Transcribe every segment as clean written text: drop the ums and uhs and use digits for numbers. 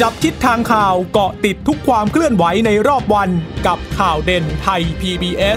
จับทิศทางข่าวเกาะติดทุกความเคลื่อนไหวในรอบวันกับข่าวเด่นไทย PBS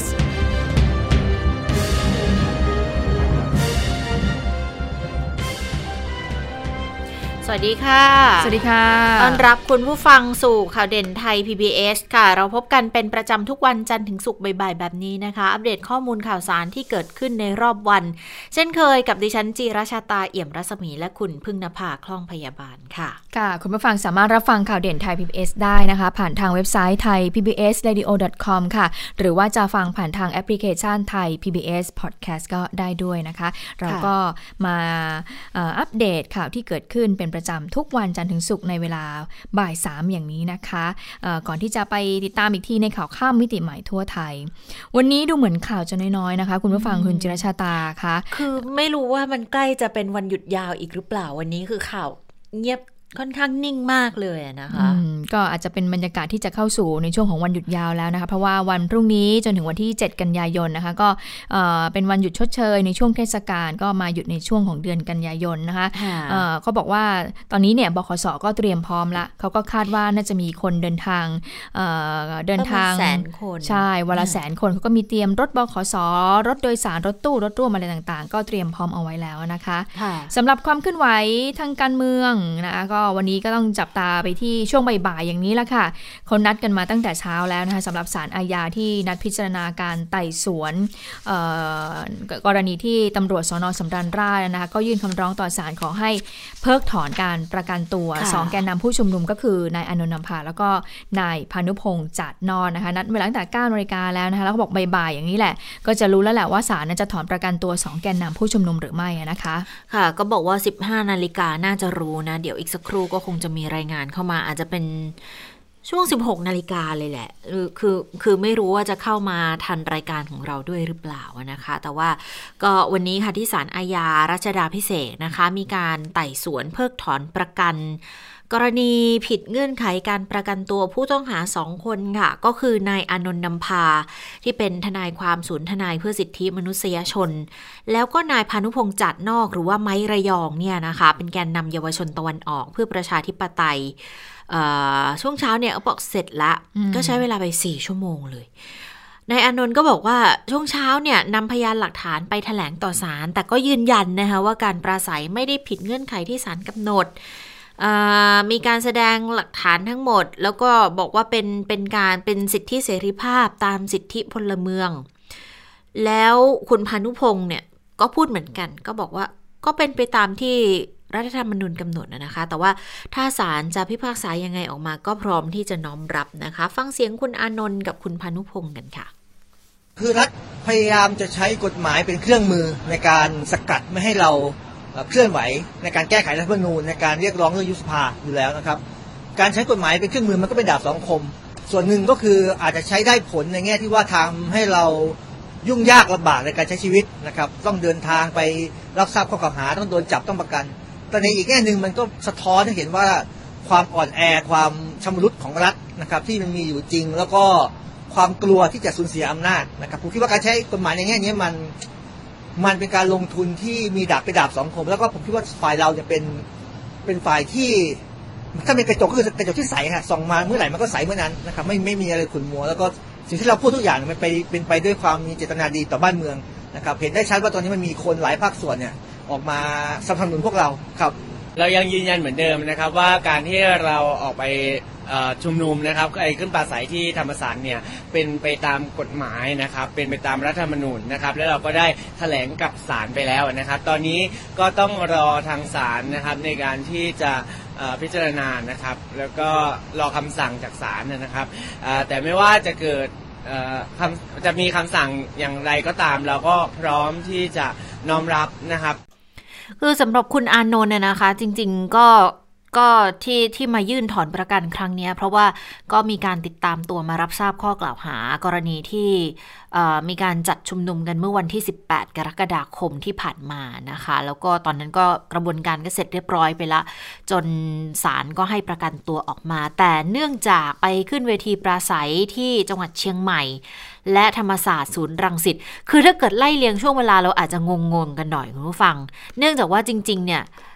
สวัสดีค่ะสวัสดีค่ะต้อนรับคุณผู้ฟังสู่ข่าวเด่นไทย PBS ค่ะเราพบกันเป็นประจำทุกวันจันทร์ถึงศุกร์บ่ายๆแบบนี้นะคะอัปเดตข้อมูลข่าวสารที่เกิดขึ้นในรอบวันเช่นเคยกับดิฉันจีราชาตาเอี่ยมรัศมีและคุณพึ่งนภาคล่องพยาบาลค่ะค่ะคุณผู้ฟังสามารถรับฟังข่าวเด่นไทย PBS ได้นะคะผ่านทางเว็บไซต์ thaipbsradio.com ค่ะหรือว่าจะฟังผ่านทางแอปพลิเคชัน Thai PBS Podcast ก็ได้ด้วยนะคะเราก็มาอัปเดตข่าวที่เกิดขึ้นเป็นประจำทุกวันจันทร์ถึงศุกร์ในเวลาบ่าย 3อย่างนี้นะคะก่อนที่จะไปติดตามอีกทีในข่าวข้ามมิติใหม่ทั่วไทยวันนี้ดูเหมือนข่าวจะน้อยๆนะคะคุณผู้ฟังคุณจิรชาตาคะคือไม่รู้ว่ามันใกล้จะเป็นวันหยุดยาวอีกหรือเปล่าวันนี้คือข่าวเงียบค่อนข้างนิ่งมากเลยนะคะก็อาจจะเป็นบรรยากาศที่จะเข้าสู่ในช่วงของวันหยุดยาวแล้วนะคะเพราะว่าวันพรุ่งนี้จนถึงวันที่7กันยายนนะคะก็เป็นวันหยุดชดเชยในช่วงเทศกาลก็มาหยุดในช่วงของเดือนกันยายนนะคะเขาบอกว่าตอนนี้เนี่ยบขส.ก็เตรียมพร้อมละเขาก็คาดว่าน่าจะมีคนเดินทางแสนคนใช่วันละ100,000 คนเขาก็มีเตรียมรถบขส.รถโดยสารรถตู้รถร่วมอะไรต่างๆก็เตรียมพร้อมเอาไว้แล้วนะคะสำหรับความเคลื่อนไหวทางการเมืองนะคะก็วันนี้ก็ต้องจับตาไปที่ช่วงบ่ายๆอย่างนี้ละค่ะเขานัดกันมาตั้งแต่เช้าแล้วนะคะสำหรับศาลอาญาที่นัดพิจารณาการไต่สวนกรณีที่ตำรวจสน.สำราญราษฎร์นะคะก็ยื่นคำร้องต่อศาลขอให้เพิกถอนการประกันตัว2แกนนำผู้ชุมนุมก็คือนายอานนท์นำพาแล้วก็นายพานุพงษ์จัดนอนนะคะนัดเวลาตั้งแต่ 9 นาฬิกาแล้วนะคะแล้วก็บอกบ่ายๆอย่างนี้แหละก็จะรู้แล้วแหละว่าศาลจะถอนประกันตัว2แกนนำผู้ชุมนุมหรือไม่นะคะค่ะก็บอกว่า 15 นาฬิกาน่าจะรู้นะเดี๋ยวอีกสักครู่ก็คงจะมีรายงานเข้ามาอาจจะเป็นช่วง 16 นาฬิกาเลยแหละคือไม่รู้ว่าจะเข้ามาทันรายการของเราด้วยหรือเปล่านะคะแต่ว่าก็วันนี้ค่ะที่ศาลอาญารัชดาภิเษกนะคะมีการไต่สวนเพิกถอนประกันกรณีผิดเงื่อนไขการประกันตัวผู้ต้องหา2คนค่ะก็คือนายอานนท์นำพาที่เป็นทนายความศูนย์ทนายเพื่อสิทธิมนุษยชนแล้วก็นายพานุพงษ์จัดนอกหรือว่าไม้ระยองเนี่ยนะคะเป็นแกนนำเยาวชนตะวันออกเพื่อประชาธิปไตยช่วงเช้าเนี่ยเขาบอกเสร็จละก็ใช้เวลาไป4 ชั่วโมงเลยนายอานนท์ก็บอกว่าช่วงเช้าเนี่ยนำพยานหลักฐานไปแถลงต่อศาลแต่ก็ยืนยันนะคะว่าการปราศัยไม่ได้ผิดเงื่อนไขที่ศาลกำหนดมีการแสดงหลักฐานทั้งหมดแล้วก็บอกว่าเป็นสิทธิเสรีภาพตามสิทธิพลเมืองแล้วคุณพานุพงษ์เนี่ยก็พูดเหมือนกันก็บอกว่าก็เป็นไปตามที่รัฐธรรมนูญกำหนดนะคะแต่ว่าถ้าศาลจะพิพากษายังไงออกมาก็พร้อมที่จะน้อมรับนะคะฟังเสียงคุณอานนท์กับคุณพานุพงษ์กันค่ะคือรัฐพยายามจะใช้กฎหมายเป็นเครื่องมือในการสกัดไม่ให้เราเคลื่อนไหวในการแก้ไขรัฐธรรมนูญในการเรียกร้องเรื่องยุบสภาอยู่แล้วนะครับการใช้กฎหมายเป็นเครื่องมือมันก็เป็นดาบสองคมส่วนหนึ่งก็คืออาจจะใช้ได้ผลในแง่ที่ว่าทำให้เรายุ่งยากลำบากในการใช้ชีวิตนะครับต้องเดินทางไปรับทราบข้อกล่าวหาต้องโดนจับต้องประกันแต่ในอีกแง่หนึ่งมันก็สะท้อนให้เห็นว่าความอ่อนแอความชำรุดของรัฐนะครับที่มันมีอยู่จริงแล้วก็ความกลัวที่จะสูญเสียอำนาจนะครับผมคิดว่าการใช้กฎหมายในแง่นี้มันเป็นการลงทุนที่มีดาบไปดาบสองคมแล้วก็ผมคิดว่าฝ่ายเราเนี่ยเป็นฝ่ายที่ถ้าเป็นกระจกก็คือกระจกที่ใสฮะส่องมาเมื่อไหร่มันก็ใสเมื่อนั้นนะครับไม่มีอะไรขุ่นมัวแล้วก็สิ่งที่เราพูดทุกอย่างมันเป็นไปด้วยความมีเจตนาดีต่อบ้านเมืองนะครับเห็นได้ชัดว่าตอนนี้มันมีคนหลายภาคส่วนเนี่ยออกมาสนับสนุนพวกเราครับเรายังยืนยันเหมือนเดิมนะครับว่าการที่เราออกไปชุมนุมนะครับไอ้ขึ้นปราศัยที่ธรรมศาสตร์เนี่ยเป็นไปตามกฎหมายนะครับเป็นไปตามรัฐธรรมนูญนะครับแล้วเราก็ได้แถลงกับศาลไปแล้วนะครับตอนนี้ก็ต้องรอทางศาลนะครับในการที่จะพิจารณานะครับแล้วก็รอคำสั่งจากศาลนะครับแต่ไม่ว่าจะเกิดจะมีคำสั่งอย่างไรก็ตามเราก็พร้อมที่จะน้อมรับนะครับคือสำหรับคุณอานนท์เนี่ยนะคะจริงๆก็ที่มายื่นถอนประกันครั้งนี้เพราะว่าก็มีการติดตามตัวมารับทราบข้อกล่าวหากรณีที่มีการจัดชุมนุมกันเมื่อวันที่18 กรกฎาคมที่ผ่านมานะคะแล้วก็ตอนนั้นก็กระบวนการก็เสร็จเรียบร้อยไปละจนศาลก็ให้ประกันตัวออกมาแต่เนื่องจากไปขึ้นเวทีปราศัยที่จังหวัดเชียงใหม่และธรรมศาสตร์ศูนย์รังสิตคือถ้าเกิดไล่เรียงช่วงเวลาเราอาจจะงงๆกันหน่อยคุณผู้ฟังเนื่องจากว่าจริงๆเนี่ย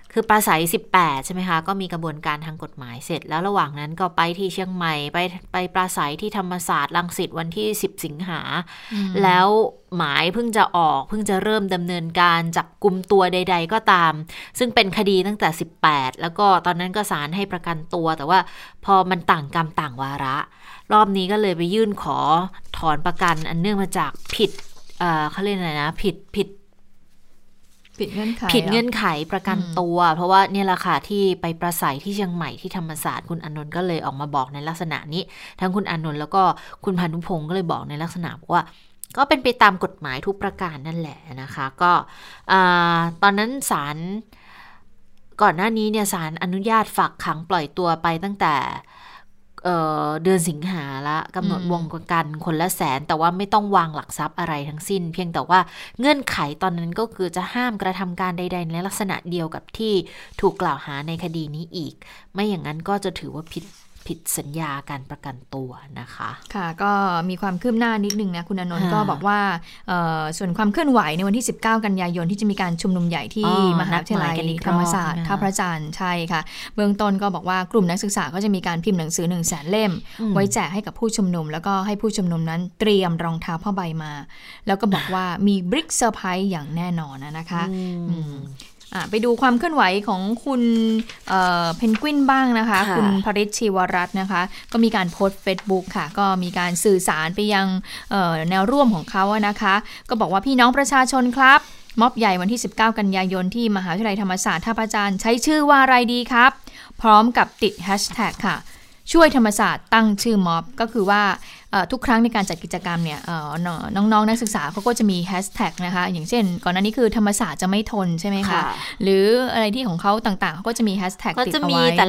คือปราศัย18ใช่ไหมคะก็มีกระบวนการทางกฎหมายเสร็จแล้วระหว่างนั้นก็ไปที่เชียงใหม่ไปปราศัยที่ธรรมศาสตร์รังสิตวันที่10สิงหาแล้วหมายเพิ่งจะออกเพิ่งจะเริ่มดำเนินการจับกุมตัวใดๆก็ตามซึ่งเป็นคดีตั้งแต่18แล้วก็ตอนนั้นก็ศาลให้ประกันตัวแต่ว่าพอมันต่างกรรมต่างวาระรอบนี้ก็เลยไปยื่นขอถอนประกันอันเนื่องมาจากผิดเขาเรียกอะไรนะผิดเงื่อนไขประกันตัวเพราะว่าเนี่ยแหละค่ะที่ไปประสัยที่เชียงใหม่ที่ธรรมศาสตร์คุณอานนท์ก็เลยออกมาบอกในลักษณะนี้ทั้งคุณอานนท์แล้วก็คุณพานุพงศ์ก็เลยบอกในลักษณะว่าก็เป็นไปตามกฎหมายทุกประการนั่นแหละนะคะก็ตอนนั้นศาลก่อนหน้านี้เนี่ยศาลอนุญาตฝากขังปล่อยตัวไปตั้งแต่เดือนสิงหาละกำหนดวงประกันคนละ100,000แต่ว่าไม่ต้องวางหลักทรัพย์อะไรทั้งสิ้นเพียงแต่ว่าเงื่อนไขตอนนั้นก็คือจะห้ามกระทำการใดๆในลักษณะเดียวกับที่ถูกกล่าวหาในคดีนี้อีกไม่อย่างนั้นก็จะถือว่าผิดสัญญาการประกันตัวนะคะค่ะก็มีความคืบหน้านิดนึงนะคุณอานนท์ก็บอกว่าส่วนความเคลื่อนไหวในวันที่19กันยายนที่จะมีการชุมนุมใหญ่ที่มหาวิทยาลัยธรรมศาสตร์ท่าพระจันทร์ใช่ค่ะเบื้องต้นก็บอกว่ากลุ่มนักศึกษาก็จะมีการพิมพ์หนังสือ 100,000 เล่มไว้แจกให้กับผู้ชุมนุมแล้วก็ให้ผู้ชุมนุมนั้นเตรียมรองเท้าผ้าใบมาแล้วก็บอกว่ามีบริกเซอร์ไพรส์อย่างแน่นอนนะคะไปดูความเคลื่อนไหวของคุณเพนกวินบ้างนะคะคุณภริช ชีวรัตน์นะคะก็มีการโพสต์ Facebook ค่ะก็มีการสื่อสารไปยังแนวร่วมของเขานะคะก็บอกว่าพี่น้องประชาชนครับม็อบใหญ่วันที่19กันยายนที่มหาวิทยาลัยธรรมศาสตร์ท่าพระจันทร์ใช้ชื่อว่าอะไรดีครับพร้อมกับติดแฮชแท็กค่ะช่วยธรรมศาสตร์ตั้งชื่อม็อบก็คือว่าทุกครั้งในการจัดกิจกรรมเนี่ยน้องๆนักศึกษาเขาก็จะมีแฮชแท็กนะคะอย่างเช่นก่อนหน้านี้คือธรรมศาสตร์จะไม่ทนใช่ไหมคะหรืออะไรที่ของเขาต่างๆเขาก็จะมีแฮชแท็กติดเอาไว้ก็จะมีแต่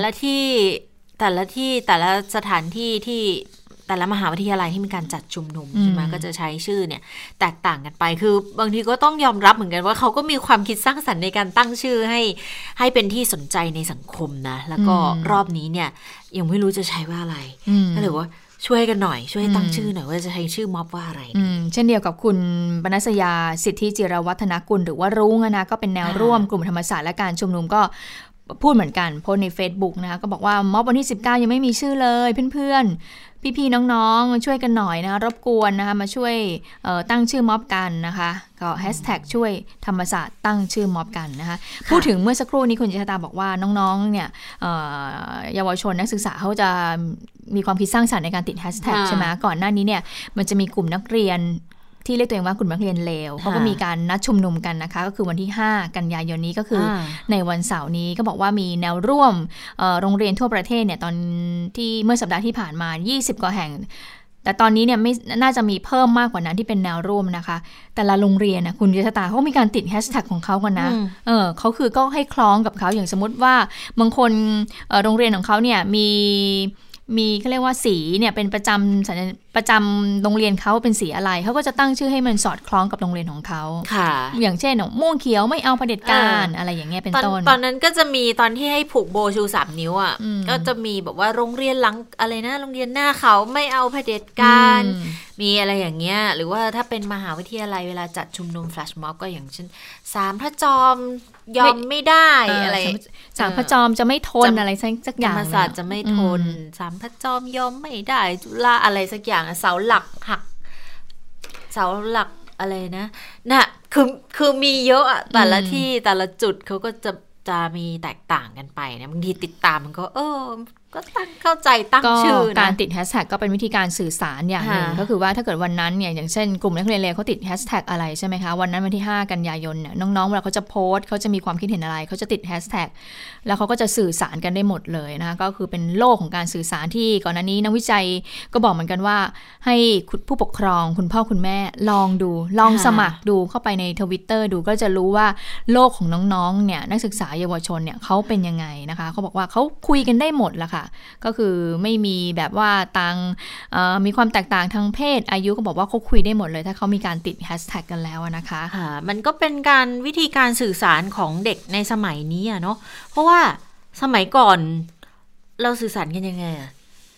ละสถานที่ที่แต่ละมหาวิทยาลัยที่มีการจัดชุมนุมใช่ไหมก็จะใช้ชื่อเนี่ยแตกต่างกันไปคือบางทีก็ต้องยอมรับเหมือนกันว่าเขาก็มีความคิดสร้างสรรค์ในการตั้งชื่อให้เป็นที่สนใจในสังคมนะแล้วก็รอบนี้เนี่ยยังไม่รู้จะใช้ว่าอะไรก็เลยว่าช่วยกันหน่อยช่วยตั้งชื่อหน่อยว่าจะใช้ชื่อม็อบว่าอะไรเช่นเดียวกับคุณปนัสยาสิทธิจิรวัฒนกุลหรือว่ารุ้งนะก็เป็นแนวร่วมกลุ่มธรรมศาสตร์และการชุมนุมก็พูดเหมือนกันโพสใน Facebook นะคะก็บอกว่าม็อบวันที่19ยังไม่มีชื่อเลยเพื่อนๆพี่ๆน้องๆช่วยกันหน่อยนะรบกวนนะคะมาช่วยตั้งชื่อม็อบกันนะคะก็แฮชแท็กช่วยธรรมศาสตร์ตั้งชื่อม็อบกันนะคะพูดถึงเมื่อสักครู่นี้คุณจิตตาบอกว่าน้องๆเนี่ยเยาวชนนักศึกษาเขาจะมีความคิดสร้างสรรค์ในการติดแฮชแท็กใช่ไหมก่อนหน้านี้เนี่ยมันจะมีกลุ่มนักเรียนที่เรียกตัวเองว่ากลุ่มนักเรียนเลวเขาก็มีการนัดชุมนุมกันนะคะก็คือวันที่5กันยายนนี้ก็คือในวันเสาร์นี้ก็บอกว่ามีแนวร่วมโรงเรียนทั่วประเทศเนี่ยตอนที่เมื่อสัปดาห์ที่ผ่านมา20กว่าแห่งแต่ตอนนี้เนี่ยไม่น่าจะมีเพิ่มมากกว่านั้นที่เป็นแนวร่วมนะคะแต่ละโรงเรียนนะคุณจิตตาเขามีการติดแฮชแท็กของเขากันนะเขาคือก็ให้คล้องกับเขาอย่างสมมติว่าบางคนโรงเรียนของเขาเนี่ยมีเขาเรียกว่าสีเนี่ยเป็นประจำโรงเรียนเขาเป็นสีอะไรเขาก็จะตั้งชื่อให้มันสอดคล้องกับโรงเรียนของเขาอย่างเช่นม่วงเขียวไม่เอาเผด็จการอะไรอย่างเงี้ยเป็นต้นตอนนั้นก็จะมีตอนที่ให้ผูกโบชู3 นิ้วอ่ะก็จะมีแบบว่าโรงเรียนหลังอะไรนะโรงเรียนหน้าเขาไม่เอาเผด็จการมีอะไรอย่างเงี้ยหรือว่าถ้าเป็นมหาวิทยาลัยเวลาจัดชุมนุมแฟลชม็อบก็อย่างเช่น3 พระจอมยอมไม่ได้อะไร 3 พระจอมจะไม่ทนอะไรสักอย่างธรรมศาสตร์จะไม่ทน3 พระจอมยอมไม่ได้จุฬาอะไรสักอย่างเสาหลักหักเสาหลักอะไรนะน่ะคือมีเยอะอะแต่ละที่แต่ละจุดเขาก็จะมีแตกต่างกันไปนะบางทีติดตามมันก็ก็ตั้งเข้าใจตั้งชื่อนะการติดแฮชแท็กก็เป็นวิธีการสื่อสารอย่างหนึ่งก็คือว่าถ้าเกิดวันนั้นเนี่ยอย่างเช่นกลุ่มนักเรียนเลวเขาติดแฮชแท็กอะไรใช่ไหมคะวันนั้นวันที่5กันยายนเนี่ยน้องๆเวลาเขาจะโพสต์เขาจะมีความคิดเห็นอะไรเขาจะติดแฮชแท็กแล้วเขาก็จะสื่อสารกันได้หมดเลยนะคะก็คือเป็นโลกของการสื่อสารที่ก่อนหน้านี้นักวิจัยก็บอกเหมือนกันว่าให้ผู้ปกครองคุณพ่อคุณแม่ลองสมัครดูเข้าไปใน Twitter ดูก็จะรู้ว่าโลกของน้องๆเนี่ยนักศึกษาเยาวชนเนี่ยเขาเป็นยังไงนะคะเขาบอกว่าเขาคุยกันได้หมดละค่ะก็คือไม่มีแบบว่ามีความแตกต่างทางเพศอายุก็บอกว่าเขาคุยได้หมดเลยถ้าเขามีการติดแฮชแท็กกันแล้วนะคะมันก็เป็นการวิธีการสื่อสารของเด็กในสมัยนี้เนาะเพราะว่าสมัยก่อนเราสื่อสารกันยังไง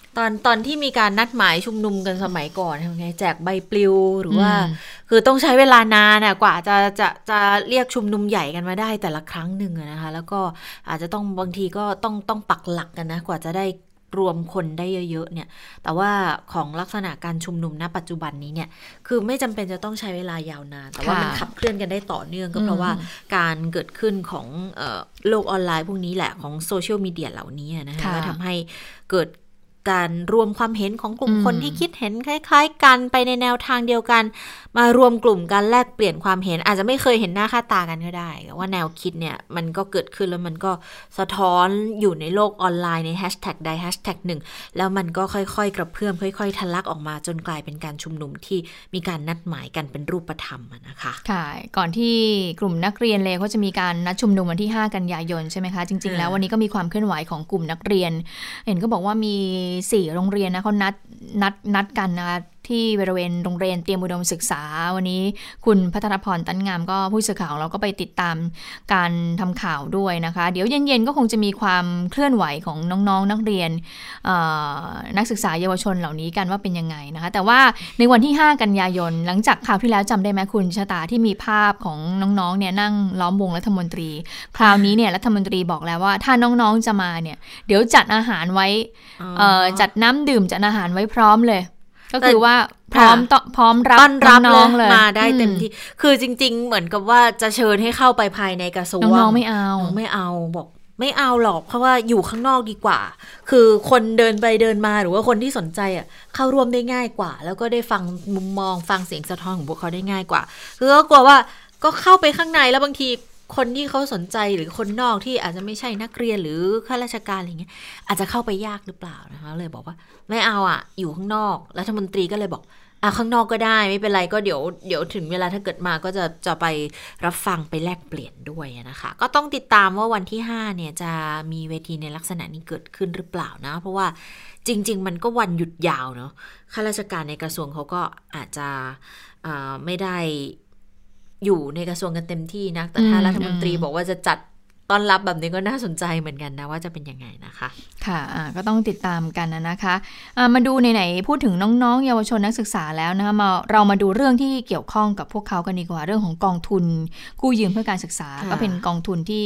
ตอนที่มีการนัดหมายชุมนุมกันสมัยก่อนทำไงแจกใบปลิวหรือว่าคือต้องใช้เวลานานกว่าจะเรียกชุมนุมใหญ่กันมาได้แต่ละครั้งหนึ่งนะคะแล้วก็อาจจะต้องบางทีก็ต้องปักหลักกันนะกว่าจะได้รวมคนได้เยอะๆเนี่ยแต่ว่าของลักษณะการชุมนุมณปัจจุบันนี้เนี่ยคือไม่จำเป็นจะต้องใช้เวลายาวนานแต่ว่ามันขับเคลื่อนกันได้ต่อเนื่องก็เพราะว่าการเกิดขึ้นของโลกออนไลน์พวกนี้แหละของโซเชียลมีเดียเหล่านี้นะคะก็ทำให้เกิดการรวมความเห็นของกลุ่มคนที่คิดเห็นคล้ายๆกันไปในแนวทางเดียวกันมารวมกลุ่มกันแลกเปลี่ยนความเห็นอาจจะไม่เคยเห็นหน้าค่าตากันก็ได้แต่ว่าแนวคิดเนี่ยมันก็เกิดขึ้นแล้วมันก็สะท้อนอยู่ในโลกออนไลน์ในแฮชแท็กใดแฮชแท็กหนึ่งแล้วมันก็ค่อยๆกระเพื่อมค่อยๆทะลักออกมาจนกลายเป็นการชุมนุมที่มีการนัดหมายกันเป็นรูปธรรมนะคะค่ะก่อนที่กลุ่มนักเรียนเลยเขาจะมีการนัดชุมนุมวันที่5กันยายนใช่ไหมคะจริงๆแล้ววันนี้ก็มีความเคลื่อนไหวของกลุ่มนักเรียนเห็นก็บอกว่ามี4โรงเรียนนะเขานัดกันนะคะที่บริเวณโรงเรียนเตรียมอุดมศึกษาวันนี้คุณพัทรพรตั้นงามก็ผู้สื่อข่าวเราก็ไปติดตามการทำข่าวด้วยนะคะเดี๋ยวเย็นๆก็คงจะมีความเคลื่อนไหวของน้องๆนักเรียนนักศึกษาเยาวชนเหล่านี้กันว่าเป็นยังไงนะคะแต่ว่าในวันที่5กันยายนหลังจากข่าวที่แล้วจำได้ไหมคุณชะตาที่มีภาพของน้องๆเนี่ยนั่งล้อมวงรัฐมนตรีคราวนี้เนี่ยรัฐมนตรีบอกแล้วว่าถ้าน้องๆจะมาเนี่ยเดี๋ยวจัดอาหารไว้จัดน้ำดื่มจัดอาหารไว้พร้อมเลยก็คือว่าพร้อมรับน้องๆเลยมาได้เต็มที่คือจริงๆเหมือนกับว่าจะเชิญให้เข้าไปภายในกระทรวงน้องๆไม่เอาบอกไม่เอาหรอกเพราะว่าอยู่ข้างนอกดีกว่าคือคนเดินไปเดินมาหรือว่าคนที่สนใจเข้าร่วมได้ง่ายกว่าแล้วก็ได้ฟังมุมมองฟังเสียงสะท้อนของพวกเขาได้ง่ายกว่าคือก็กลัวว่าก็เข้าไปข้างในแล้วบางทีคนที่เขาสนใจหรือคนนอกที่อาจจะไม่ใช่นักเรียนหรือข้าราชการอะไรเงี้ยอาจจะเข้าไปยากหรือเปล่านะคะเลยบอกว่าไม่เอาอยู่ข้างนอกรัฐมนตรีก็เลยบอกข้างนอกก็ได้ไม่เป็นไรก็เดี๋ยวถึงเวลาถ้าเกิดมาก็จะไปรับฟังไปแลกเปลี่ยนด้วยนะคะก็ต้องติดตามว่าวันที่5เนี่ยจะมีเวทีในลักษณะนี้เกิดขึ้นหรือเปล่านะเพราะว่าจริงๆมันก็วันหยุดยาวเนาะข้าราชการในกระทรวงเขาก็อาจจะไม่ได้อยู่ในกระทรวงกันเต็มที่นะแต่ถ้ารัฐมนตรีบอกว่าจะจัดต้อนรับแบบนี้ก็น่าสนใจเหมือนกันนะว่าจะเป็นยังไงนะคะค่ะก็ต้องติดตามกันนะคะมาดูไหนๆพูดถึงน้องๆเยาวชนนักศึกษาแล้วนะคะเรามาดูเรื่องที่เกี่ยวข้องกับพวกเขากันดีกว่าเรื่องของกองทุนกู้ยืมเพื่อการศึกษาก็เป็นกองทุนที่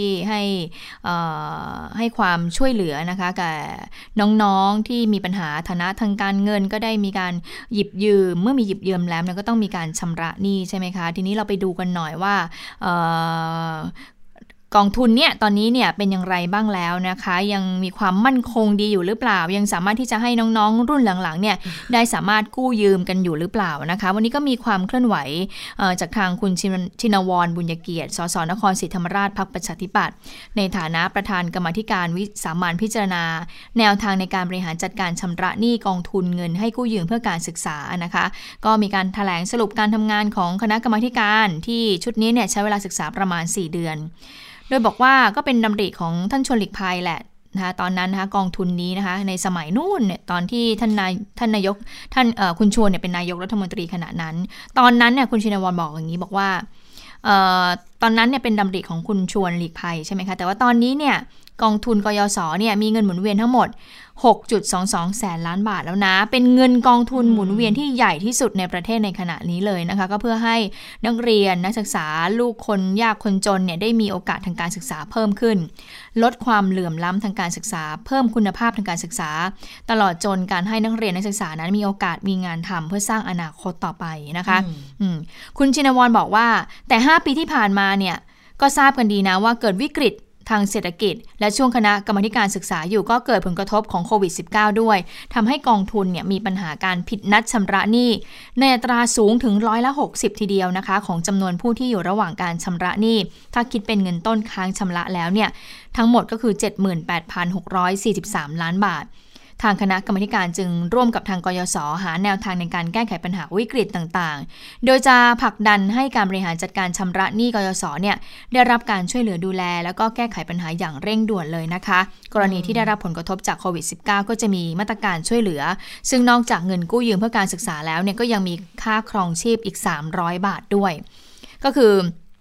ให้ความช่วยเหลือนะคะกับน้องๆที่มีปัญหาฐานะทางการเงินก็ได้มีการหยิบยืมเมื่อมีหยิบยืมแล้วก็ต้องมีการชำระหนี้ใช่ไหมคะทีนี้เราไปดูกันหน่อยว่ากองทุนเนี่ยตอนนี้เนี่ยเป็นอย่างไรบ้างแล้วนะคะยังมีความมั่นคงดีอยู่หรือเปล่ายังสามารถที่จะให้น้องๆรุ่นหลังๆเนี่ยได้สามารถกู้ยืมกันอยู่หรือเปล่านะคะวันนี้ก็มีความเคลื่อนไหวจากทางคุณชินวรบุญญเกียรติสสนครศรีธรรมราชพรรคประชาธิปัตย์ในฐานะประธานกรรมาธิการวิสามัญพิจารณาแนวทางในการบริหารจัดการชำระหนี้กองทุนเงินให้กู้ยืมเพื่อการศึกษานะคะก็มีการแถลงสรุปการทำงานของคณะกรรมาธิการที่ชุดนี้เนี่ยใช้เวลาศึกษาประมาณ4 เดือนโดยบอกว่าก็เป็นดำริของท่านชวนหลีกภัยแหละนะคะตอนนั้นนะคะกองทุนนี้นะคะในสมัยนู่นเนี่ยตอนที่ท่านนายกคุณชวนเนี่ยเป็นนายกรัฐมนตรีขณะนั้นตอนนั้นเนี่ยคุณชินวรบอกอย่างนี้บอกว่าตอนนั้นเนี่ยเป็นดำริของคุณชวนหลีกภัยใช่ไหมคะแต่ว่าตอนนี้เนี่ยกองทุนกยศเนี่ยมีเงินหมุนเวียนทั้งหมด 6.22 แสนล้านบาทแล้วนะเป็นเงินกองทุนหมุนเวียนที่ใหญ่ที่สุดในประเทศในขณะนี้เลยนะคะก็เพื่อให้นักเรียนนักศึกษาลูกคนยากคนจนเนี่ยได้มีโอกาสทางการศึกษาเพิ่มขึ้นลดความเหลื่อมล้ำทางการศึกษาเพิ่มคุณภาพทางการศึกษาตลอดจนการให้นักเรียนนักศึกษานั้นมีโอกาสมีงานทำเพื่อสร้างอนาคตต่อไปนะคะคุณชินวรบอกว่าแต่5 ปีที่ผ่านมาเนี่ยก็ทราบกันดีนะว่าเกิดวิกฤตทางเศรษฐกิจและช่วงคณะกรรมาธิการศึกษาอยู่ก็เกิดผลกระทบของโควิด -19 ด้วยทำให้กองทุนเนี่ยมีปัญหาการผิดนัดชำระหนี้ในอัตราสูงถึง60%ทีเดียวนะคะของจำนวนผู้ที่อยู่ระหว่างการชำระหนี้ถ้าคิดเป็นเงินต้นค้างชำระแล้วเนี่ยทั้งหมดก็คือ 78,643 ล้านบาททางคณะกรรมาธิการจึงร่วมกับทางกยศหาแนวทางในการแก้ไขปัญหาวิกฤตต่างๆโดยจะผลักดันให้การบริหารจัดการชำระหนี้กยศเนี่ยได้รับการช่วยเหลือดูแลแล้วก็แก้ไขปัญหาอย่างเร่งด่วนเลยนะคะกรณีที่ได้รับผลกระทบจากโควิด -19 ก็จะมีมาตรการช่วยเหลือซึ่งนอกจากเงินกู้ยืมเพื่อการศึกษาแล้วเนี่ยก็ยังมีค่าครองชีพอีก300 บาทด้วยก็คือ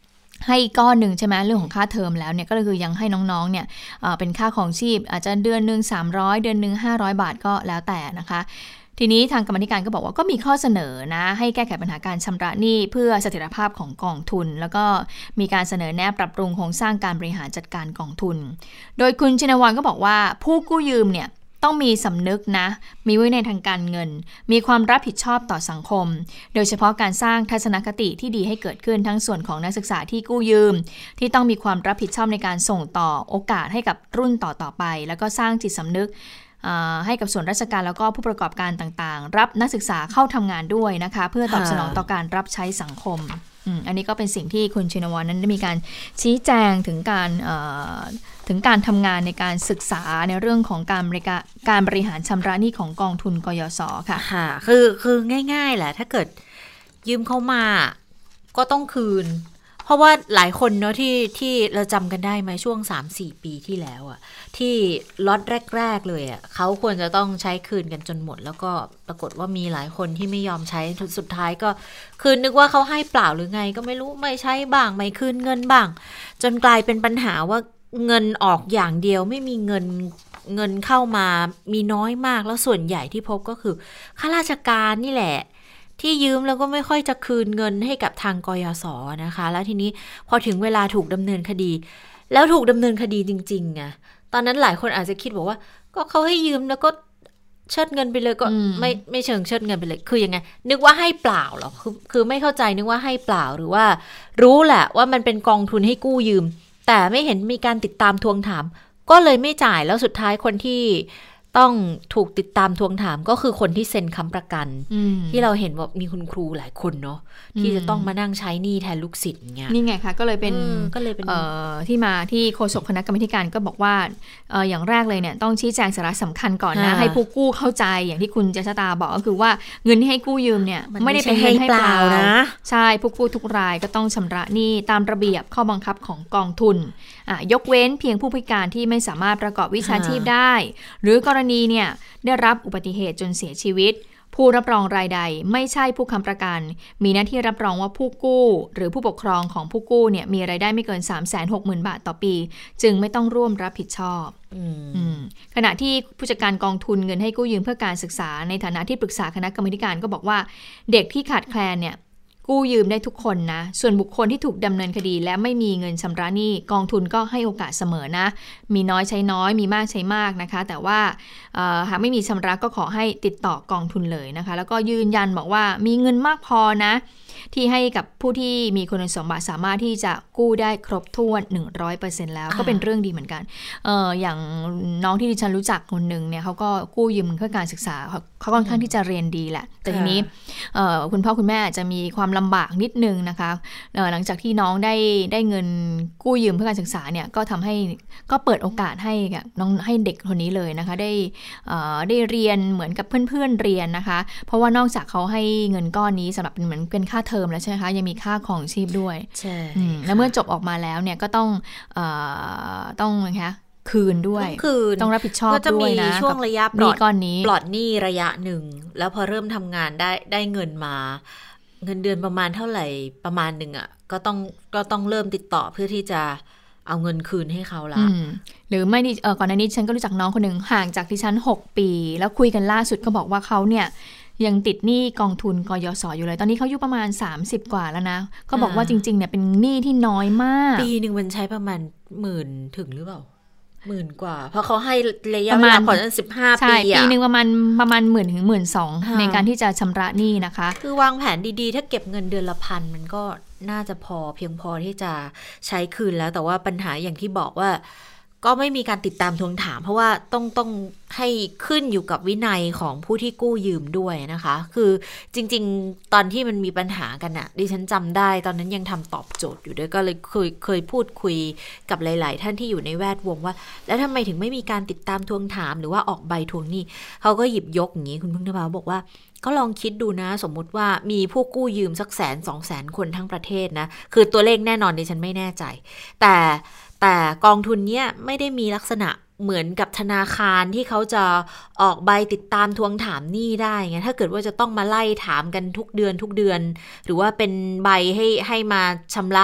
ให้ก้อนหนึ่งใช่ไหมเรื่องของค่าเทอมแล้วเนี่ยก็คือยังให้น้องๆเนี่ยเป็นค่าของชีพอาจจะเดือนนึง300เดือนนึง500 บาทก็แล้วแต่นะคะทีนี้ทางกรรมการก็บอกว่าก็มีข้อเสนอนะให้แก้ไขปัญหาการชำระหนี้เพื่อเสถียรภาพของกองทุนแล้วก็มีการเสนอแนะปรับปรุงโครงสร้างการบริหารจัดการกองทุนโดยคุณชินวรก็บอกว่าผู้กู้ยืมเนี่ยต้องมีสำนึกนะมีวินัยทางการเงินมีความรับผิดชอบต่อสังคมโดยเฉพาะการสร้างทัศนคติที่ดีให้เกิดขึ้นทั้งส่วนของนักศึกษาที่กู้ยืมที่ต้องมีความรับผิดชอบในการส่งต่อโอกาสให้กับรุ่นต่อๆไปแล้วก็สร้างจิตสำนึกให้กับส่วนราชการแล้วก็ผู้ประกอบการต่างๆรับนักศึกษาเข้าทำงานด้วยนะคะเพื่อตอบสนองต่อการรับใช้สังคมอันนี้ก็เป็นสิ่งที่คุณชินวรนั้นได้มีการชี้แจงถึงการทำงานในการศึกษาในเรื่องของการบริหารชำระหนี้ของกองทุนกยศค่ะค่ะคือง่ายๆแหละถ้าเยืมเข้ามาก็ต้องคืนเพราะว่าหลายคนเนาะที่เราจำกันได้ไหมช่วง 3-4 ปีที่แล้วอ่ะที่ล็อตแรกๆเลยอ่ะเขาควรจะต้องใช้คืนกันจนหมดแล้วก็ปรากฏว่ามีหลายคนที่ไม่ยอมใช้สุดท้ายก็คือนึกว่าเขาให้เปล่าหรือไงก็ไม่รู้ไม่ใช้บ้างไม่คืนเงินบ้างจนกลายเป็นปัญหาว่าเงินออกอย่างเดียวไม่มีเงินเข้ามามีน้อยมากแล้วส่วนใหญ่ที่พบก็คือข้าราชการนี่แหละที่ยืมแล้วก็ไม่ค่อยจะคืนเงินให้กับทางกยศนะคะแล้วทีนี้พอถึงเวลาถูกดำเนินคดีแล้วถูกดำเนินคดีจริงๆไงตอนนั้นหลายคนอาจจะคิดบอกว่าก็เขาให้ยืมแล้วก็เชิดเงินไปเลยก็ไม่เชิงเชิดเงินไปเลยคือยังไงนึกว่าให้เปล่าหรอคือไม่เข้าใจนึกว่าให้เปล่าหรือว่ารู้แหละว่ามันเป็นกองทุนให้กู้ยืมแต่ไม่เห็นมีการติดตามทวงถามก็เลยไม่จ่ายแล้วสุดท้ายคนที่ต้องถูกติดตามทวงถามก็คือคนที่เซ็นค้ำประกันที่เราเห็นว่ามีคุณครูหลายคนเนาะที่จะต้องมานั่งใช้หนี้แทนลูกศิษย์เงี้ยนี่ไงคะก็เลยเป็นที่มาที่โฆษกคณะกรรมการก็บอกว่าอย่างแรกเลยเนี่ยต้องชี้แจงสาระสำคัญก่อนนะให้ผู้กู้เข้าใจอย่างที่คุณเจษฎาบอกก็คือว่าเงินที่ให้กู้ยืมเนี่ยไม่ได้เป็นเงินให้เปล่านะใช่ผู้กู้ทุกรายก็ต้องชำระหนี้ตามระเบียบข้อบังคับของกองทุนยกเว้นเพียงผู้พิการที่ไม่สามารถประกอบวิชาชีพได้หรือกรณีเนี่ยได้รับอุบัติเหตุจนเสียชีวิตผู้รับรองรายใดไม่ใช่ผู้ค้ำประกันมีหน้าที่รับรองว่าผู้กู้หรือผู้ปกครองของผู้กู้เนี่ยมีรายได้ไม่เกิน 360,000 บาทต่อปีจึงไม่ต้องร่วมรับผิดชอบขณะที่ผู้จัดการกองทุนเงินให้กู้ยืมเพื่อการศึกษาในฐานะที่ปรึกษาคณะกรรมการก็บอกว่าเด็กที่ขาดแคลนเนี่ยกู้ยืมได้ทุกคนนะส่วนบุคคลที่ถูกดำเนินคดีและไม่มีเงินชำระหนี้กองทุนก็ให้โอกาสเสมอนะมีน้อยใช้น้อยมีมากใช้มากนะคะแต่ว่าหากไม่มีชำระก็ขอให้ติดต่อกองทุนเลยนะคะแล้วก็ยืนยันบอกว่ามีเงินมากพอนะที่ให้กับผู้ที่มีคุณสมบัติสามารถที่จะกู้ได้ครบถ้วน 100% แล้วก็เป็นเรื่องดีเหมือนกันอย่างน้องที่ดิฉันรู้จักคนหนึ่งเนี่ยเขาก็กู้ยืมเพื่อการศึกษาเขาค่อนข้างที่จะเรียนดีแหละแต่ทีนี้คุณพ่อคุณแม่จะมีความลำบากนิดนึงนะคะหลังจากที่น้องได้เงินกู้ยืมเพื่อการศึกษาเนี่ยก็ทำให้ก็เปิดโอกาสให้น้องให้เด็กคนนี้เลยนะคะได้เรียนเหมือนกับเพื่อนๆเรียนนะคะเพราะว่านอกจากเขาให้เงินก้อนนี้สำหรับเหมือนเป็นค่าเทอมแล้วใช่ไหมคะยังมีค่าของชีพด้วยใช่แล้วเมื่อจบออกมาแล้วเนี่ยก็ต้องนะคะคืนด้วยต้องรับผิดชอบด้วยนะช่วงระยะปลอดหนี้ระยะหนึ่งแล้วพอเริ่มทำงานได้เงินมาเงินเดือนประมาณเท่าไหร่ประมาณหนึ่งอ่ะก็ต้องเริ่มติดต่อเพื่อที่จะเอาเงินคืนให้เขาละหรือไม่ก่อนหน้านี้ฉันก็รู้จักน้องคนหนึ่งห่างจากที่ฉัน6 ปีแล้วคุยกันล่าสุดก็บอกว่าเขาเนี่ยยังติดหนี้กองทุนกยศอยู่เลยตอนนี้เขาอายุประมาณ30กว่าแล้วนะก็บอกว่าจริงๆเนี่ยเป็นหนี้ที่น้อยมากปีนึงมันใช้ประมาณ10,000ถึงหรือเปล่า10,000 กว่าเพราะเขาให้ระยะเวลาผ่อน15 ปีปีนึงประมาณ10,000 ถึง 12,000 ในการที่จะชำระหนี้นะคะคือวางแผนดีๆถ้าเก็บเงินเดือนละพันมันก็น่าจะเพียงพอที่จะใช้คืนแล้วแต่ว่าปัญหาอย่างที่บอกว่าก็ไม่มีการติดตามทวงถามเพราะว่าต้องให้ขึ้นอยู่กับวินัยของผู้ที่กู้ยืมด้วยนะคะคือจริงๆตอนที่มันมีปัญหากันน่ะดิฉันจำได้ตอนนั้นยังทำตอบโจทย์อยู่ด้วยก็เลยเคยพูดคุยกับหลายๆท่านที่อยู่ในแวดวงว่าแล้วทำไมถึงไม่มีการติดตามทวงถามหรือว่าออกใบทวงหนี้เขาก็หยิบยกอย่างนี้คุณพึ่งนภาบอกว่าก็ลองคิดดูนะสมมุติว่ามีผู้กู้ยืมสัก100,000-200,000 คนทั้งประเทศนะคือตัวเลขแน่นอนดิฉันไม่แน่ใจแต่กองทุนเนี้ยไม่ได้มีลักษณะเหมือนกับธนาคารที่เขาจะออกใบติดตามทวงถามหนี้ได้ไงถ้าเกิดว่าจะต้องมาไล่ถามกันทุกเดือนหรือว่าเป็นใบให้มาชำระ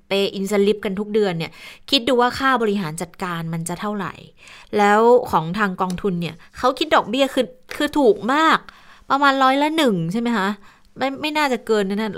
เปย์อินสลิปกันทุกเดือนเนี่ยคิดดูว่าค่าบริหารจัดการมันจะเท่าไหร่แล้วของทางกองทุนเนี่ยเขาคิดดอกเบี้ยคือถูกมากประมาณ1%ใช่ไหมคะไม่น่าจะเกินนั้น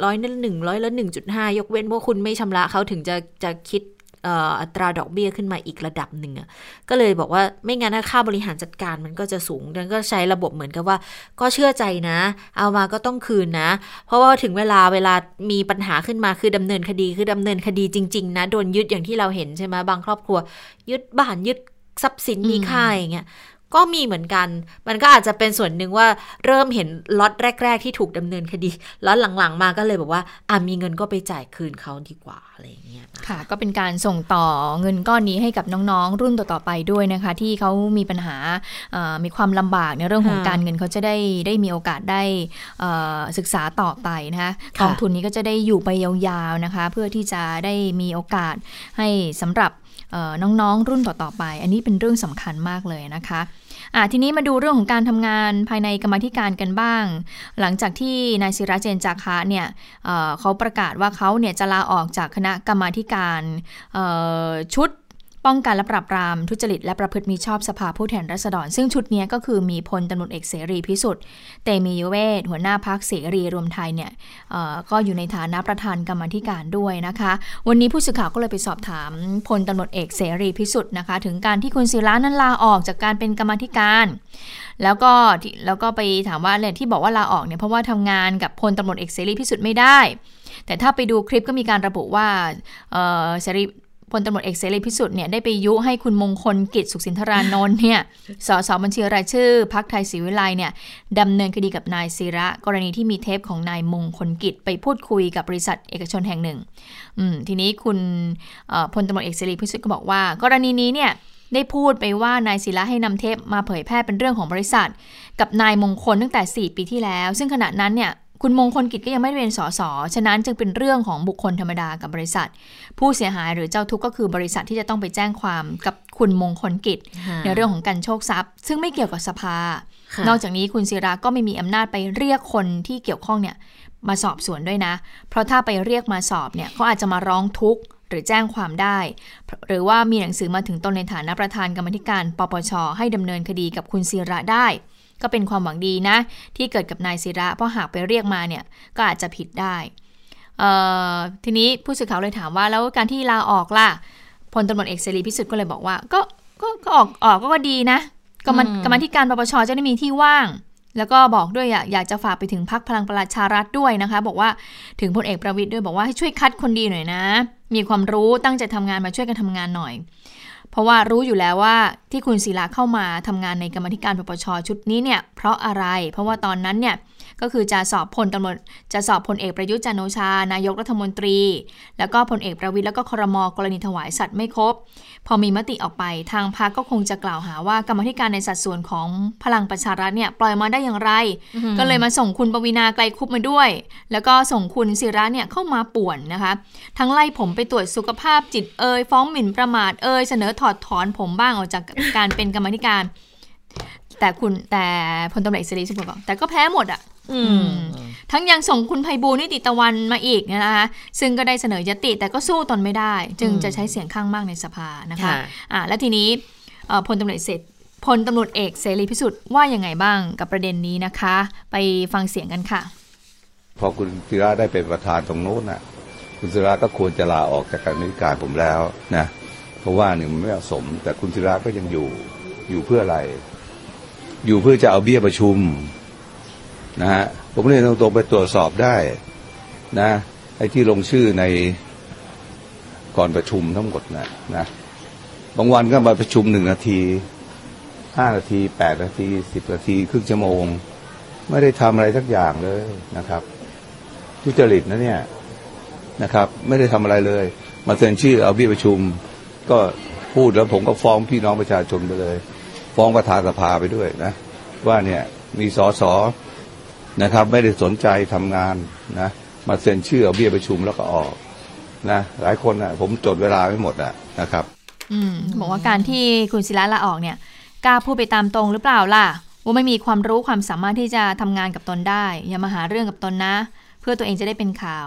1%1.5 ยกเว้นว่าคุณไม่ชำระเขาถึงจะคิดอัตราดอกเบี้ยขึ้นมาอีกระดับหนึ่งก็เลยบอกว่าไม่งั้นค่าบริหารจัดการมันก็จะสูงดังนั้นก็ใช้ระบบเหมือนกับว่าก็เชื่อใจนะเอามาก็ต้องคืนนะเพราะว่าถึงเวลามีปัญหาขึ้นมาคือดำเนินคดีจริงๆนะโดนยึดอย่างที่เราเห็นใช่ไหมบางครอบครัวยึดบ้านยึดทรัพย์สินมีค่าอย่างเงี้ยก็มีเหมือนกันมันก็อาจจะเป็นส่วนหนึ่งว่าเริ่มเห็นล็อตแรกๆที่ถูกดำเนินคดีล็อตหลังๆมาก็เลยบอกว่ามีเงินก็ไปจ่ายคืนเขาดีกว่าอะไรอย่างเงี้ยค่ะก็เป็นการส่งต่อเงินก้อนนี้ให้กับน้องๆรุ่นต่อๆไปด้วยนะคะที่เขามีปัญหามีความลำบากในเรื่องของการเงินเขาจะได้มีโอกาสได้ศึกษาต่อไปนะคะกองทุนนี้ก็จะได้อยู่ไปยาวๆนะคะเพื่อที่จะได้มีโอกาสให้สำหรับน้องๆรุ่นต่อๆไปอันนี้เป็นเรื่องสำคัญมากเลยนะคะทีนี้มาดูเรื่องของการทำงานภายในกรรมาธิการกันบ้างหลังจากที่นายศิระเจนจาคะเนี่ยเขาประกาศว่าเขาเนี่ยจะลาออกจากคณะกรรมาธิการชุดป้องกันและปราบปรามทุจริตและประพฤติมิชอบสภาผู้แทนราษฎรซึ่งชุดนี้ก็คือมีพลตำรวจเอกเสรีพิสุทธิ์เตมียเวทหัวหน้าพรรคเสรีรวมไทยเนี่ยก็อยู่ในฐานะประธานกรรมาธิการด้วยนะคะวันนี้ผู้สื่อข่าวก็เลยไปสอบถามพลตำรวจเอกเสรีพิสุทธิ์นะคะถึงการที่คุณศิระนั้นลาออกจากการเป็นกรรมาธิการแล้วก็ไปถามว่าเนี่ยที่บอกว่าลาออกเนี่ยเพราะว่าทำงานกับพลตำรวจเอกเสรีพิสุทธิ์ไม่ได้แต่ถ้าไปดูคลิปก็มีการระบุว่าพลตำรวจเอกเสรีพิสุทธิ์เนี่ยได้ไปยุให้คุณมงคลกิจสุขสินธารานนท์เนี่ยสสบัญชีรายชื่อพรรคไทยศรีวิไลเนี่ยดำเนินคดีกับนายศิระกรณีที่มีเทปของนายมงคลกิจไปพูดคุยกับบริษัทเอกชนแห่งหนึ่งทีนี้คุณพลตำรวจเอกเสรีพิสุทธิ์ก็บอกว่ากรณีนี้เนี่ยได้พูดไปว่านายศิระให้นำเทปมาเผยแพร่เป็นเรื่องของบริษัทกับนายมงคลตั้งแต่4 ปีที่แล้วซึ่งขณะนั้นเนี่ยคุณมงคลกิจก็ยังไม่ได้เป็นสสฉะนั้นจึงเป็นเรื่องของบุคคลธรรมดากับบริษัทผู้เสียหายหรือเจ้าทุกข์ก็คือบริษัทที่จะต้องไปแจ้งความกับคุณมงคลกิจในเรื่องของการโชคทรัพย์ซึ่งไม่เกี่ยวกับสภานอกจากนี้คุณศิระก็ไม่มีอำนาจไปเรียกคนที่เกี่ยวข้องเนี่ยมาสอบสวนด้วยนะเพราะถ้าไปเรียกมาสอบเนี่ยเขาอาจจะมาร้องทุกข์หรือแจ้งความได้หรือว่ามีหนังสือมาถึงตนในฐานะประธานกรรมธิการปปช.ให้ดำเนินคดีกับคุณศิระได้ก็เป็นความหวังดีนะที่เกิดกับนายศิระเพราะหากไปเรียกมาเนี่ยก็อาจจะผิดได้ทีนี้ผู้สื่อข่าวเลยถามว่าแล้วการที่ลาออกล่ะพลตำรวจเอกเสรีพิสุทธิ์ก็เลยบอกว่าก็ออกก็ดีนะกรรมธิการปปช.จะได้มีที่ว่างแล้วก็บอกด้วยอยากจะฝากไปถึงพรรคพลังประชารัฐด้วยนะคะบอกว่าถึงพลเอกประวิตรด้วยบอกว่าให้ช่วยคัดคนดีหน่อยนะมีความรู้ตั้งใจทำงานมาช่วยกันทำงานหน่อยเพราะว่ารู้อยู่แล้วว่าที่คุณศิระเข้ามาทำงานในกรรมธิการปปช.ชุดนี้เนี่ยเพราะอะไรเพราะว่าตอนนั้นเนี่ยก็คือจะสอบพลเอกประยุทธ์จันทร์โอชานายกรัฐมนตรีแล้วก็พลเอกประวิตรแล้วก็ครม.กรณีถวายสัตว์ไม่ครบพอมีมติออกไปทางพรรคก็คงจะกล่าวหาว่ากรรมธิการในสัดส่วนของพลังประชารัฐเนี่ยปล่อยมาได้อย่างไรก็เลยมาส่งคุณปวีณาไกรคุปมาด้วยแล้วก็ส่งคุณศิระเนี่ยเข้ามาป่วนนะคะทั้งไล่ผมไปตรวจสุขภาพจิตฟ้องหมิ่นประมาทเสนอถอดถอนผมบ้างออกจากการเป็นกรรมธิการแต่พลตำรวจเอกเสรีพิสุทธิ์บอกแต่ก็แพ้หมดอ่ะทั้งยังส่งคุณไพบูลย์นิติตะวันมาอีกนะคะซึ่งก็ได้เสนอยติแต่ก็สู้ตนไม่ได้จึงจะใช้เสียงข้างมากในสภานะคะแล้วทีนี้พลตำรวจเอกเสรีพิสุทธิ์ว่ายังไงบ้างกับประเด็นนี้นะคะไปฟังเสียงกันค่ะพอคุณศิระได้เป็นประธานตรงโน้นนะคุณศิระก็ควรจะลาออกจากการบริการผมแล้วนะเพราะว่าหนึ่งมันไม่เหมาะสมแต่คุณศิระก็ยังอยู่เพื่ออะไรอยู่เพื่อจะเอาเบี้ยประชุมนะฮะผมเรียนตรงๆไปตรวจสอบได้นะไอ้ที่ลงชื่อในก่อนประชุมทั้งหมดนะบางวันก็มาประชุม1 นาที5 นาที8 นาที10 นาทีครึ่งชั่วโมงไม่ได้ทำอะไรสักอย่างเลยนะครับทุจริตนะเนี่ยนะครับไม่ได้ทำอะไรเลยมาเซ็นชื่อเอาเบี้ยประชุมก็พูดแล้วผมก็ฟ้องพี่น้องประชาชนไปเลยฟ้องประธานสภาไปด้วยนะว่าเนี่ยมีสสนะครับไม่ได้สนใจทำงานนะมาเซ็นชื่อเอาเบี้ยประชุมแล้วก็ออกนะหลายคนผมจดเวลาไม่หมดนะครับบอกว่าการที่คุณศิระลาออกเนี่ยกล้าพูดไปตามตรงหรือเปล่าล่ะว่าไม่มีความรู้ความสามารถที่จะทำงานกับตนได้อย่ามาหาเรื่องกับตนนะเพื่อตัวเองจะได้เป็นข่าว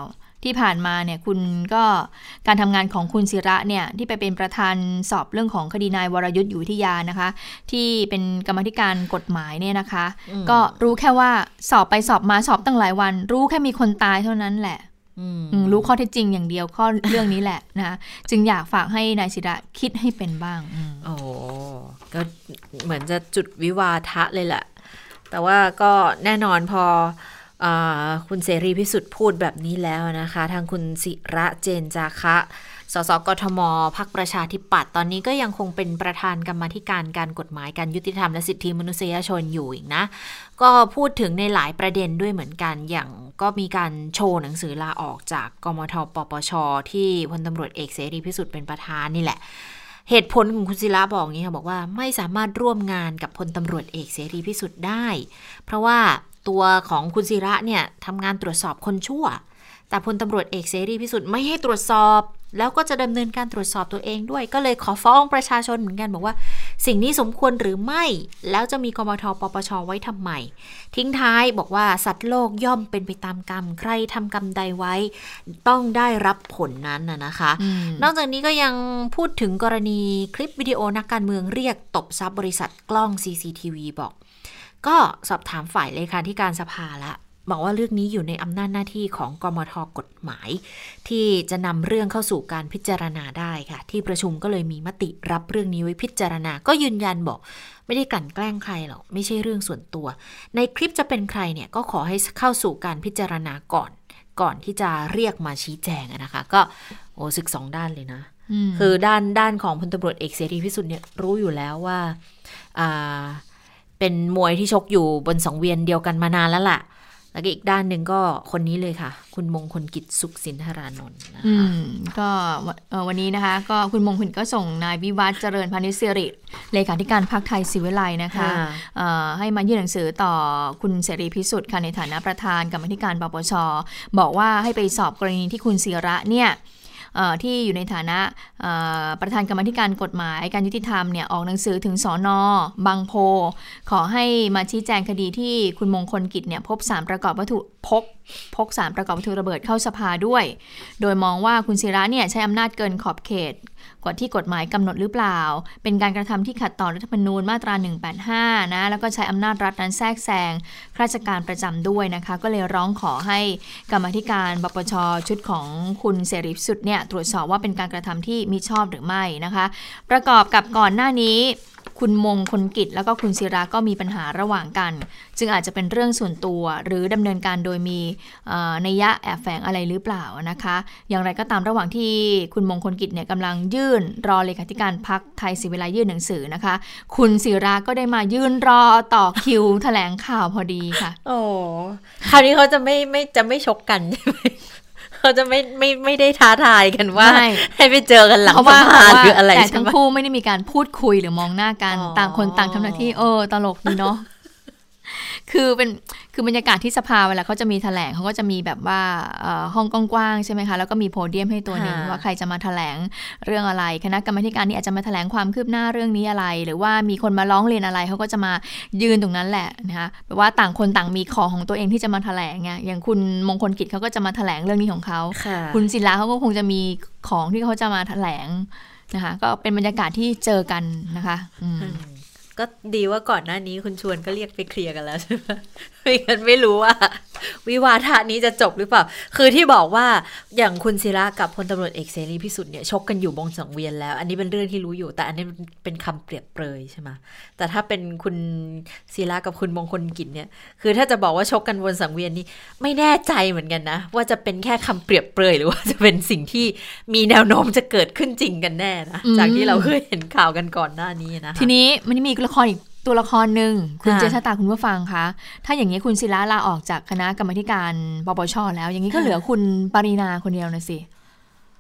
ที่ผ่านมาเนี่ยคุณก็การทำงานของคุณศิระเนี่ยที่ไปเป็นประธานสอบเรื่องของคดีนายวรยุทธ์อยู่วิทยานะคะที่เป็นกรรมาธิการกฎหมายเนี่ยนะคะก็รู้แค่ว่าสอบไปสอบมาสอบตั้งหลายวันรู้แค่มีคนตายเท่านั้นแหละรู้ข้อเท็จจริงอย่างเดียวข้อเรื่องนี้แหละนะจึงอยากฝากให้นายศิระคิดให้เป็นบ้างโอ้ก็เหมือนจะจุดวิวาทะเลยแหละแต่ว่าก็แน่นอนพอคุณเสรีพิสุทธิ์พูดแบบนี้แล้วนะคะทางคุณศิระเจนจาคะสสกทมพรรคประชาธิปัตย์ตอนนี้ก็ยังคงเป็นประธานกรรมาธิการการกฎหมายการยุติธรรมและสิทธิมนุษยชนอยู่อีกนะก็พูดถึงในหลายประเด็นด้วยเหมือนกันอย่างก็มีการโชว์หนังสือลาออกจากกมท.ปปช.ที่พลตำรวจเอกเสรีพิสุทธิ์เป็นประธานนี่แหละเหตุผลของคุณศิระบอกอย่างนี้ค่ะบอกว่าไม่สามารถร่วมงานกับพลตำรวจเอกเสรีพิสุทธิ์ได้เพราะว่าตัวของคุณศิระเนี่ยทำงานตรวจสอบคนชั่วแต่พลตำรวจเอกเสรีพิสุทธิ์ไม่ให้ตรวจสอบแล้วก็จะดำเนินการตรวจสอบตัวเองด้วยก็เลยขอฟ้องประชาชนเหมือนกันบอกว่าสิ่งนี้สมควรหรือไม่แล้วจะมีกมท.ปปช.ไว้ทำไมทิ้งท้ายบอกว่าสัตว์โลกย่อมเป็นไปตามกรรมใครทำกรรมใดไว้ต้องได้รับผลนั้นนะคะนอกจากนี้ก็ยังพูดถึงกรณีคลิปวิดีโอนักการเมืองเรียกตบทรัพย์บริษัทกล้อง CCTV บอกก็สอบถามฝ่ายเลขาธิการสภาแล้วบอกว่าเรื่องนี้อยู่ในอำนาจหน้าที่ของกมท.กฎหมายที่จะนำเรื่องเข้าสู่การพิจารณาได้ค่ะที่ประชุมก็เลยมีมติรับเรื่องนี้ไว้พิจารณาก็ยืนยันบอกไม่ได้กลั่นแกล้งใครหรอกไม่ใช่เรื่องส่วนตัวในคลิปจะเป็นใครเนี่ยก็ขอให้เข้าสู่การพิจารณาก่อนที่จะเรียกมาชี้แจงนะคะก็ศึกสองด้านเลยนะคือด้านของพลตำรวจเอกเสรีพิสุทธิ์เนี่ยรู้อยู่แล้วว่าเป็นมวยที่ชกอยู่บนสังเวียนเดียวกันมานานแล้วล่ะแล้วก็อีกด้านหนึ่งก็คนนี้เลยค่ะคุณมงคลกิจสุขสินธารานนท์นะคะก็วันนี้นะคะก็คุณมงคลก็ส่งนายวิวัฒน์เจริญพานิชสิริเลขาธิการพรรคไทยศิวิไลย์นะคะให้มายื่นหนังสือต่อคุณเสรีพิสุทธิ์ค่ะในฐานะประธานกรรมาธิการปปช.บอกว่าให้ไปสอบกรณีที่คุณศิระเนี่ยที่อยู่ในฐานะประธานกรรมาธิการกฎหมายการยุติธรรมเนี่ยออกหนังสือถึงสน.บางโพขอให้มาชี้แจงคดีที่คุณมงคลกิจเนี่ยพบสารประกอบวัตถุพกสารประกอบวัตถุระเบิดเข้าสภาด้วยโดยมองว่าคุณศิระเนี่ยใช้อำนาจเกินขอบเขตกว่าที่กฎหมายกำหนดหรือเปล่าเป็นการกระทำที่ขัดต่อรัฐธรรมนูญมาตรา185นะแล้วก็ใช้อำนาจรัฐนั้นแทรกแซงข้าราชการประจำด้วยนะคะก็เลยร้องขอให้กรรมาธิการปปช.ชุดของคุณเสรีพิสุทธิ์เนี่ยตรวจสอบว่าเป็นการกระทำที่มิชอบหรือไม่นะคะประกอบกับก่อนหน้านี้คุณมงคลกิจแล้วก็คุณศิระก็มีปัญหาระหว่างกันจึงอาจจะเป็นเรื่องส่วนตัวหรือดำเนินการโดยมีนัยยะแอบแฝงอะไรหรือเปล่านะคะอย่างไรก็ตามระหว่างที่คุณมงคลกิจเนี่ยกำลังยื่นรอเลขาธิการพรรคไทยศิวิไลย์ยื่นหนังสือนะคะคุณศิระก็ได้มายื่นรอต่อคิวแถลงข่าวพอดีค่ะโอ้คราวนี้เขาจะไม่ชกกันใช่ไหมเขาจะไม่ได้ท้าทายกันว่าให้ไปเจอกันหลังสภาหรืออะไรแต่ทั้งคู่ไม่ได้มีการพูดคุยหรือมองหน้ากันต่างคนต่างทำหน้าที่ตลกดีเนาะคือบรรยากาศที่สภาเวลาเขาจะมีแถลงเขาก็จะมีแบบว่าห้องกว้างๆใช่ไหมคะแล้วก็มีโพเดียมให้ตัวหนึ่งว่าใครจะมาแถลงเรื่องอะไรคณะกรรมาธิการนี้อาจจะมาแถลงความคืบหน้าเรื่องนี้อะไรหรือว่ามีคนมาร้องเรียนอะไรเขาก็จะมายืนตรงนั้นแหละนะคะแปลว่าต่างคนต่างมีของตัวเองที่จะมาแถลงไงอย่างคุณมงคลกิจเขาก็จะมาแถลงเรื่องนี้ของเขาคุณศิระเขาก็คงจะมีของที่เขาจะมาแถลงนะคะก็เป็นบรรยากาศที่เจอกันนะคะก็ดีว่าก่อนหน้านี้คุณชวนก็เรียกไปเคลียร์กันแล้วใช่ไหมไม่งั้นไม่รู้ว่าวิวาทะนี้จะจบหรือเปล่าคือที่บอกว่าอย่างคุณศิระกับพลตำรวจเอกเสรีพิสุทธิ์เนี่ยชกกันอยู่บนสังเวียนแล้วอันนี้เป็นเรื่องที่รู้อยู่แต่อันนี้เป็นคำเปรียบเปรยใช่ไหมแต่ถ้าเป็นคุณศิระกับคุณมงคลกิจเนี่ยคือถ้าจะบอกว่าชกกันบนสังเวียนนี่ไม่แน่ใจเหมือนกันนะว่าจะเป็นแค่คำเปรียบเปรยหรือว่าจะเป็นสิ่งที่มีแนวโน้มจะเกิดขึ้นจริงกันแน่นะจากที่เราเคยเห็นข่าวกันก่อนหน้านี้นะคะทีนี้มันมีละครอีกตัวละครหนึ่งคุณเจษฎาคุณผู้ฟังคะถ้าอย่างนี้คุณศิระลาออกจากคณะกรรมาธิการปปช.แล้วอย่างนี้ก็เหลือคุณปรินาคนเดียวนะสิ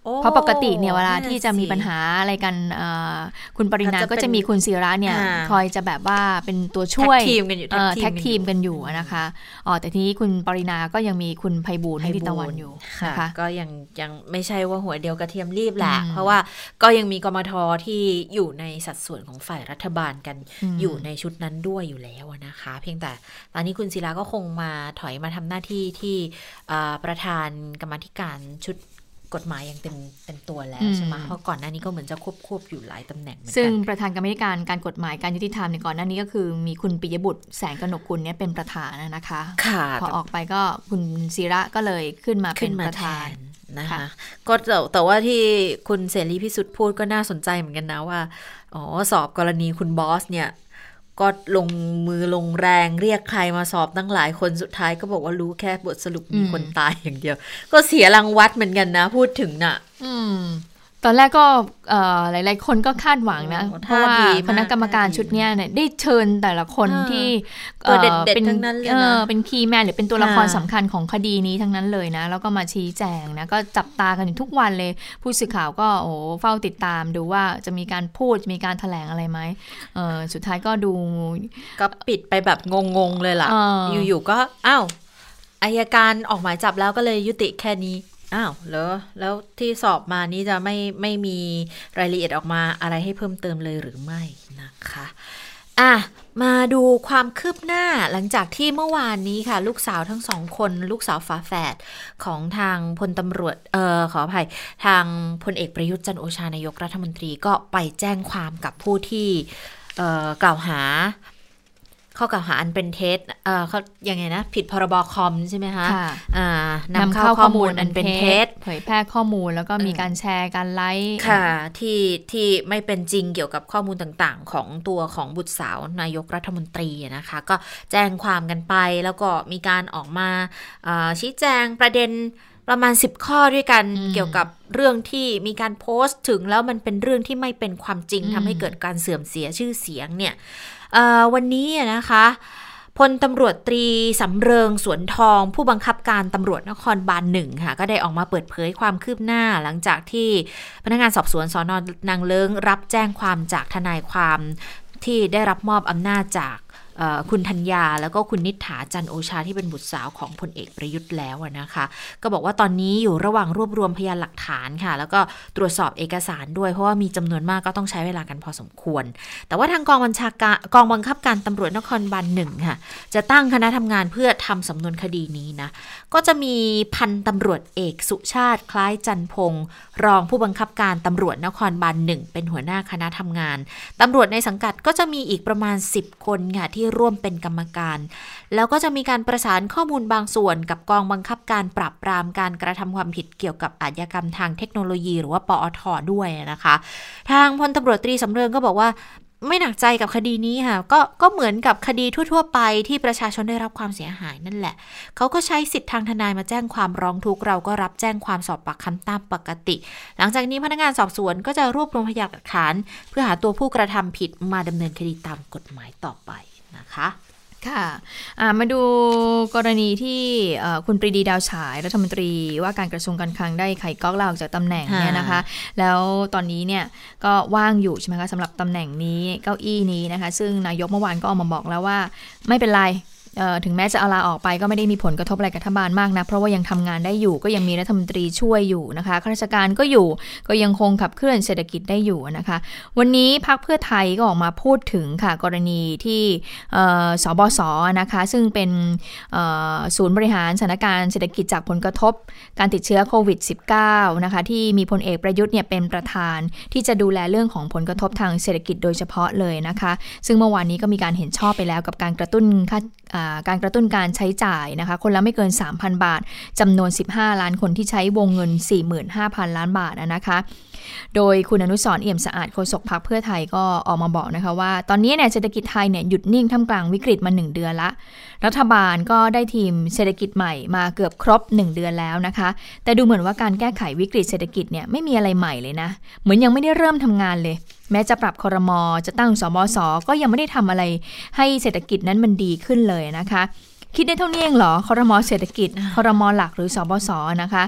เพราะปกติเนี่ยเวลาที่จะมีปัญหาอะไรกันคุณปรินาก็จะมีคุณศิระเนี่ยคอยจะแบบว่าเป็นตัวช่วยแท็กทีมกันอยู่นะคะแต่ทีนี้คุณปรินาก็ยังมีคุณไพบูลย์นิติตะวันอยู่นะคะก็ยังไม่ใช่ว่าหัวเดียวกระเทียมรีบแหละเพราะว่าก็ยังมีกมท.ที่อยู่ในสัดส่วนของฝ่ายรัฐบาลกันอยู่ในชุดนั้นด้วยอยู่แล้วนะคะเพียงแต่ตอนนี้คุณศิระก็คงมาถอยมาทำหน้าที่ที่ประธานกรรมาธิการชุดกฎหมายยังเป็นตัวแล้วใช่ไหมเพราะก่อนหน้านี้ก็เหมือนจะควบอยู่หลายตำแหน่งเหมือนกันซึ่งประธานกรรมาธิการการกฎหมายการยุติธรรมในก่อนหน้านี้ก็คือมีคุณปิยบุตรแสงกนกกุลเนี่ยเป็นประธานนะคะพอออกไปก็คุณศิระก็เลยขึ้นมาเป็นประธานนะคะก็แต่ว่าที่คุณเสรีพิสุทธิ์พูดก็น่าสนใจเหมือนกันนะว่าสอบกรณีคุณบอสเนี่ยก็ลงมือลงแรงเรียกใครมาสอบตั้งหลายคนสุดท้ายก็บอกว่ารู้แค่บทสรุปมีคนตายอย่างเดียวก็เสียรางวัลเหมือนกันนะพูดถึงน่ะตอนแรกก็หลายๆคนก็คาดหวังนะเพราะว่าคณะกรรมการชุดนี้เนี่ยได้เชิญแต่ละคนที่เป็นทั้งนั้นเลยนะเป็นคีย์แมนหรือเป็นตัวละครสำคัญของคดีนี้ทั้งนั้นเลยนะแล้วก็มาชี้แจงนะก็จับตากันอยู่ทุกวันเลยผู้สื่อข่าวก็เฝ้าติดตามดูว่าจะมีการพูดมีการแถลงอะไรไหมสุดท้ายก็ดูก็ปิดไปแบบงงๆเลยล่ะอยู่ๆก็อ้าวอัยการออกหมายจับแล้วก็เลยยุติแค่นี้แล้วที่สอบมานี้จะไม่มีรายละเอียดออกมาอะไรให้เพิ่มเติมเลยหรือไม่นะคะมาดูความคืบหน้าหลังจากที่เมื่อวานนี้ค่ะลูกสาวทั้งสองคนลูกสาวฝาแฝดของทางพลตำรวจขออภัยทางพลเอกประยุทธ์จันทร์โอชานายกรัฐมนตรีก็ไปแจ้งความกับผู้ที่กล่าวหาข้อกล่าวหาอันเป็นเท็จเขายังไงนะผิดพรบคอมใช่ไหมคะนำเข้าข้อมูลอันเป็นเท็จเผยแพร่ข้อมูลแล้วก็มีการแชร์การไลค์ค่ะที่ไม่เป็นจริงเกี่ยวกับข้อมูลต่างๆของตัวของบุตรสาวนายกรัฐมนตรีนะคะก็แจ้งความกันไปแล้วก็มีการออกมาชี้แจงประเด็นประมาณ10ข้อด้วยกันเกี่ยวกับเรื่องที่มีการโพสต์ถึงแล้วมันเป็นเรื่องที่ไม่เป็นความจริงทำให้เกิดการเสื่อมเสียชื่อเสียงเนี่ยวันนี้นะคะพลตำรวจตรีสำเริงสวนทองผู้บังคับการตำรวจนครบาล1ค่ะก็ได้ออกมาเปิดเผยความคืบหน้าหลังจากที่พนักงานสอบสวนสน.นางเลิ้งรับแจ้งความจากทนายความที่ได้รับมอบอำนาจจากคุณธัญญาแล้วก็คุณนิษฐาจันทร์โอชาที่เป็นบุตรสาวของพลเอกประยุทธ์แล้วนะคะก็บอกว่าตอนนี้อยู่ระหว่างรวบรวมพยานหลักฐานค่ะแล้วก็ตรวจสอบเอกสารด้วยเพราะว่ามีจำนวนมากก็ต้องใช้เวลากันพอสมควรแต่ว่าทางกองบังคับการตำรวจนครบาล1ค่ะจะตั้งคณะทำงานเพื่อทำสำนวนคดีนี้นะก็จะมีพันตำรวจเอกสุชาติคล้ายจันพงศ์รองผู้บังคับการตำรวจนครบาล1เป็นหัวหน้าคณะทำงานตำรวจในสังกัดก็จะมีอีกประมาณ10คนค่ะที่ร่วมเป็นกรรมการแล้วก็จะมีการประสานข้อมูลบางส่วนกับกองบังคับการปราบปรามการกระทำความผิดเกี่ยวกับอาชญากรรมทางเทคโนโลยีหรือว่าปอท.ด้วยนะคะทางพลตำรวจตรีสำเริงก็บอกว่าไม่หนักใจกับคดีนี้ค่ะก็เหมือนกับคดีทั่วๆไปที่ประชาชนได้รับความเสียหายนั่นแหละเขาก็ใช้สิทธิทางทนายมาแจ้งความร้องทุกข์เราก็รับแจ้งความสอบปากคำตามปกติหลังจากนี้พนักงานสอบสวนก็จะรวบรวมพยานหลักฐานเพื่อหาตัวผู้กระทำผิดมาดำเนินคดีตามกฎหมายต่อไปนะคะค่ะมาดูกรณีที่คุณปรีดีดาวฉายรัฐมนตรีว่าการกระทรวงการคลังได้ไขก๊อกลาออกจากตำแหน่งเนี่ยนะคะแล้วตอนนี้เนี่ยก็ว่างอยู่ใช่ไหมคะสำหรับตำแหน่งนี้เก้าอี้นี้นะคะซึ่งนายกเมื่อวานก็ออกมาบอกแล้วว่าไม่เป็นไร ถึงแม้จะเอาลาออกไปก็ไม่ได้มีผลกระทบอะไรกับรัฐบาลมากนะเพราะว่ายังทำงานได้อยู่ก็ยังมีรัฐมนตรีช่วยอยู่นะคะข้าราชการก็อยู่ก็ยังคงขับเคลื่อนเศรษฐกิจได้อยู่นะคะวันนี้พรรคเพื่อไทยก็ออกมาพูดถึงค่ะกรณีที่สบส.นะคะซึ่งเป็นศูนย์บริหารสถานการณ์เศรษฐกิจจากผลกระทบการติดเชื้อโควิด -19 นะคะที่มีพลเอกประยุทธ์เนี่ยเป็นประธานที่จะดูแลเรื่องของผลกระทบทางเศรษฐกิจโดยเฉพาะเลยนะคะซึ่งเมื่อวานนี้ก็มีการเห็นชอบไปแล้วกับการกระตุ้นการใช้จ่ายนะคะคนละไม่เกิน 3,000 บาทจำนวน15ล้านคนที่ใช้วงเงิน 45,000 ล้านบาทนะคะโดยคุณอนุสรณ์เอี่ยมสะอาดโฆษกพรรคเพื่อไทยก็ออกมาบอกนะคะว่าตอนนี้เนี่ยเศรษฐกิจไทยเนี่ยหยุดนิ่งท่ามกลางวิกฤตมา1เดือนละรัฐบาลก็ได้ทีมเศรษฐกิจใหม่มาเกือบครบ1เดือนแล้วนะคะแต่ดูเหมือนว่าการแก้ไขวิกฤตเศรษฐกิจเนี่ยไม่มีอะไรใหม่เลยนะเหมือนยังไม่ได้เริ่มทำงานเลยแม้จะปรับครม.จะตั้งสบส.ก็ยังไม่ได้ทำอะไรให้เศรษฐกิจนั้นมันดีขึ้นเลยนะคะคิดได้เท่านี้เองเหรอครม.เศรษฐกิจครม.หลักหรือสบส.นะคะ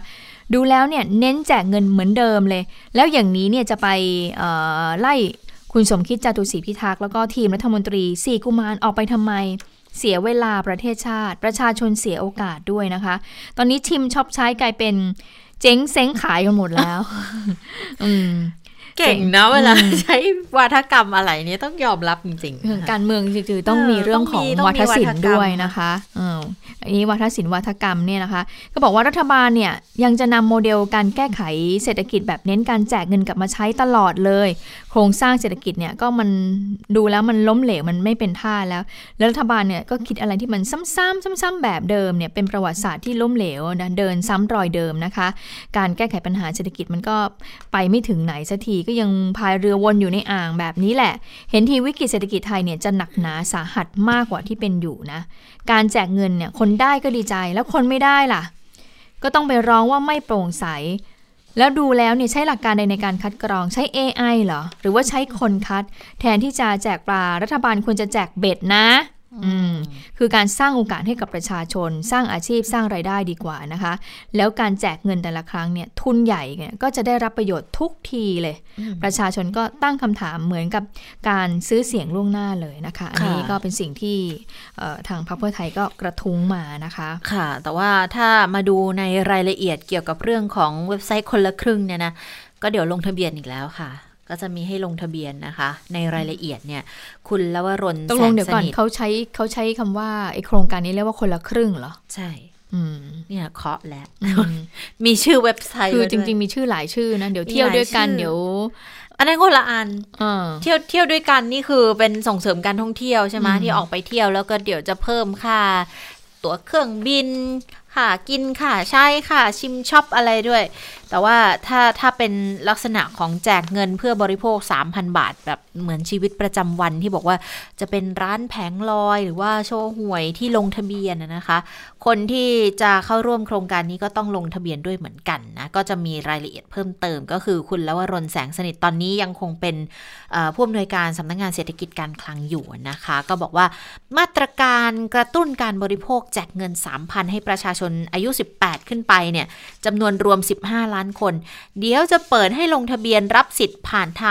ดูแล้วเนี่ยเน้นแจกเงินเหมือนเดิมเลยแล้วอย่างนี้เนี่ยจะไปไล่คุณสมคิดจาตุศรีพิทักษ์แล้วก็ทีมรัฐมนตรี4กุมารออกไปทำไมเสียเวลาประเทศชาติประชาชนเสียโอกาสด้วยนะคะตอนนี้ชิมช็อปใช้กลายเป็นเจ๊งเซ้งขายกันหมดแล้วเก่งนะเวลาใช้วาทกรรมอะไรเนี่ยต้องยอมรับจริงๆการเมืองจริงๆต้องมีเรื่องของวาทศิลป์ด้วยนะคะอันนี้วาทศิลป์วาทกรรมเนี่ยนะคะก็บอกว่ารัฐบาลเนี่ยยังจะนำโมเดลการแก้ไขเศรษฐกิจแบบเน้นการแจกเงินกลับมาใช้ตลอดเลยโครงสร้างเศรษฐกิจเนี่ยก็มันดูแล้วมันล้มเหลวมันไม่เป็นท่าแล้วรัฐบาลเนี่ยก็คิดอะไรที่มันซ้ำๆแบบเดิมเนี่ยเป็นประวัติศาสตร์ที่ล้มเหลวเดินซ้ำรอยเดิมนะคะการแก้ไขปัญหาเศรษฐกิจมันก็ไปไม่ถึงไหนสักทีก็ยังพายเรือวนอยู่ในอ่างแบบนี้แหละเห็นทีวิกฤตเศรษฐกิจไทยเนี่ยจะหนักหนาสาหัสมากกว่าที่เป็นอยู่นะการแจกเงินเนี่ยคนได้ก็ดีใจแล้วคนไม่ได้ล่ะก็ต้องไปร้องว่าไม่โปร่งใสแล้วดูแล้วเนี่ยใช้หลักการใดในการคัดกรองใช้ AI เหรอหรือว่าใช้คนคัดแทนที่จะแจกปลารัฐบาลควรจะแจกเบ็ดนะคือการสร้างโอกาสให้กับประชาชนสร้างอาชีพสร้างรายได้ดีกว่านะคะแล้วการแจกเงินแต่ละครั้งเนี่ยทุนใหญ่เนี่ยก็จะได้รับประโยชน์ทุกทีเลยประชาชนก็ตั้งคำถามเหมือนกับการซื้อเสียงล่วงหน้าเลยนะคะอันนี้ก็เป็นสิ่งที่ทางพรรคเพื่อไทยก็กระทุ้งมานะคะค่ะแต่ว่าถ้ามาดูในรายละเอียดเกี่ยวกับเรื่องของเว็บไซต์คนละครึ่งเนี่ยนะก็เดี๋ยวลงทะเบียนอีกแล้วค่ะก็จะมีให้ลงทะเบียนนะคะในรายละเอียดเนี่ยคุณลวรนแสงสนิทต้องลงเดี๋ยวก่อนเขาใช้คำว่าไอโครงการนี้เรียกว่าคนละครึ่งเหรอใช่เนี่ยเคาะแล้วมีชื่อเว็บไซต์คือจริงๆมีชื่อหลายชื่อนะเดี๋ยวเที่ยวด้วยกันเดี๋ยวอันนั้นคนละอันเที่ยวด้วยกันนี่คือเป็นส่งเสริมการท่องเที่ยวใช่ไหมที่ออกไปเที่ยวแล้วก็เดี๋ยวจะเพิ่มค่าตั๋วเครื่องบินค่ะกินค่ะใช้ค่ะชิมช็อปอะไรด้วยแต่ว่าถ้าเป็นลักษณะของแจกเงินเพื่อบริโภค 3,000 บาทแบบเหมือนชีวิตประจำวันที่บอกว่าจะเป็นร้านแผงลอยหรือว่าโชว์หวยที่ลงทะเบียนนะคะคนที่จะเข้าร่วมโครงการนี้ก็ต้องลงทะเบียนด้วยเหมือนกันนะก็จะมีรายละเอียดเพิ่มเติมก็คือคุณลวรนแสงสนิทตอนนี้ยังคงเป็นผู้อำนวยการสำนักงานเศรษฐกิจการคลังอยู่นะคะก็บอกว่ามาตรการกระตุ้นการบริโภคแจกเงิน 3,000 ให้ประชาชนอายุ18ขึ้นไปเนี่ยจำนวนรวม15ล้านคนเดี๋ยวจะเปิดให้ลงทะเบียนรับสิทธิ์ผ่านทาง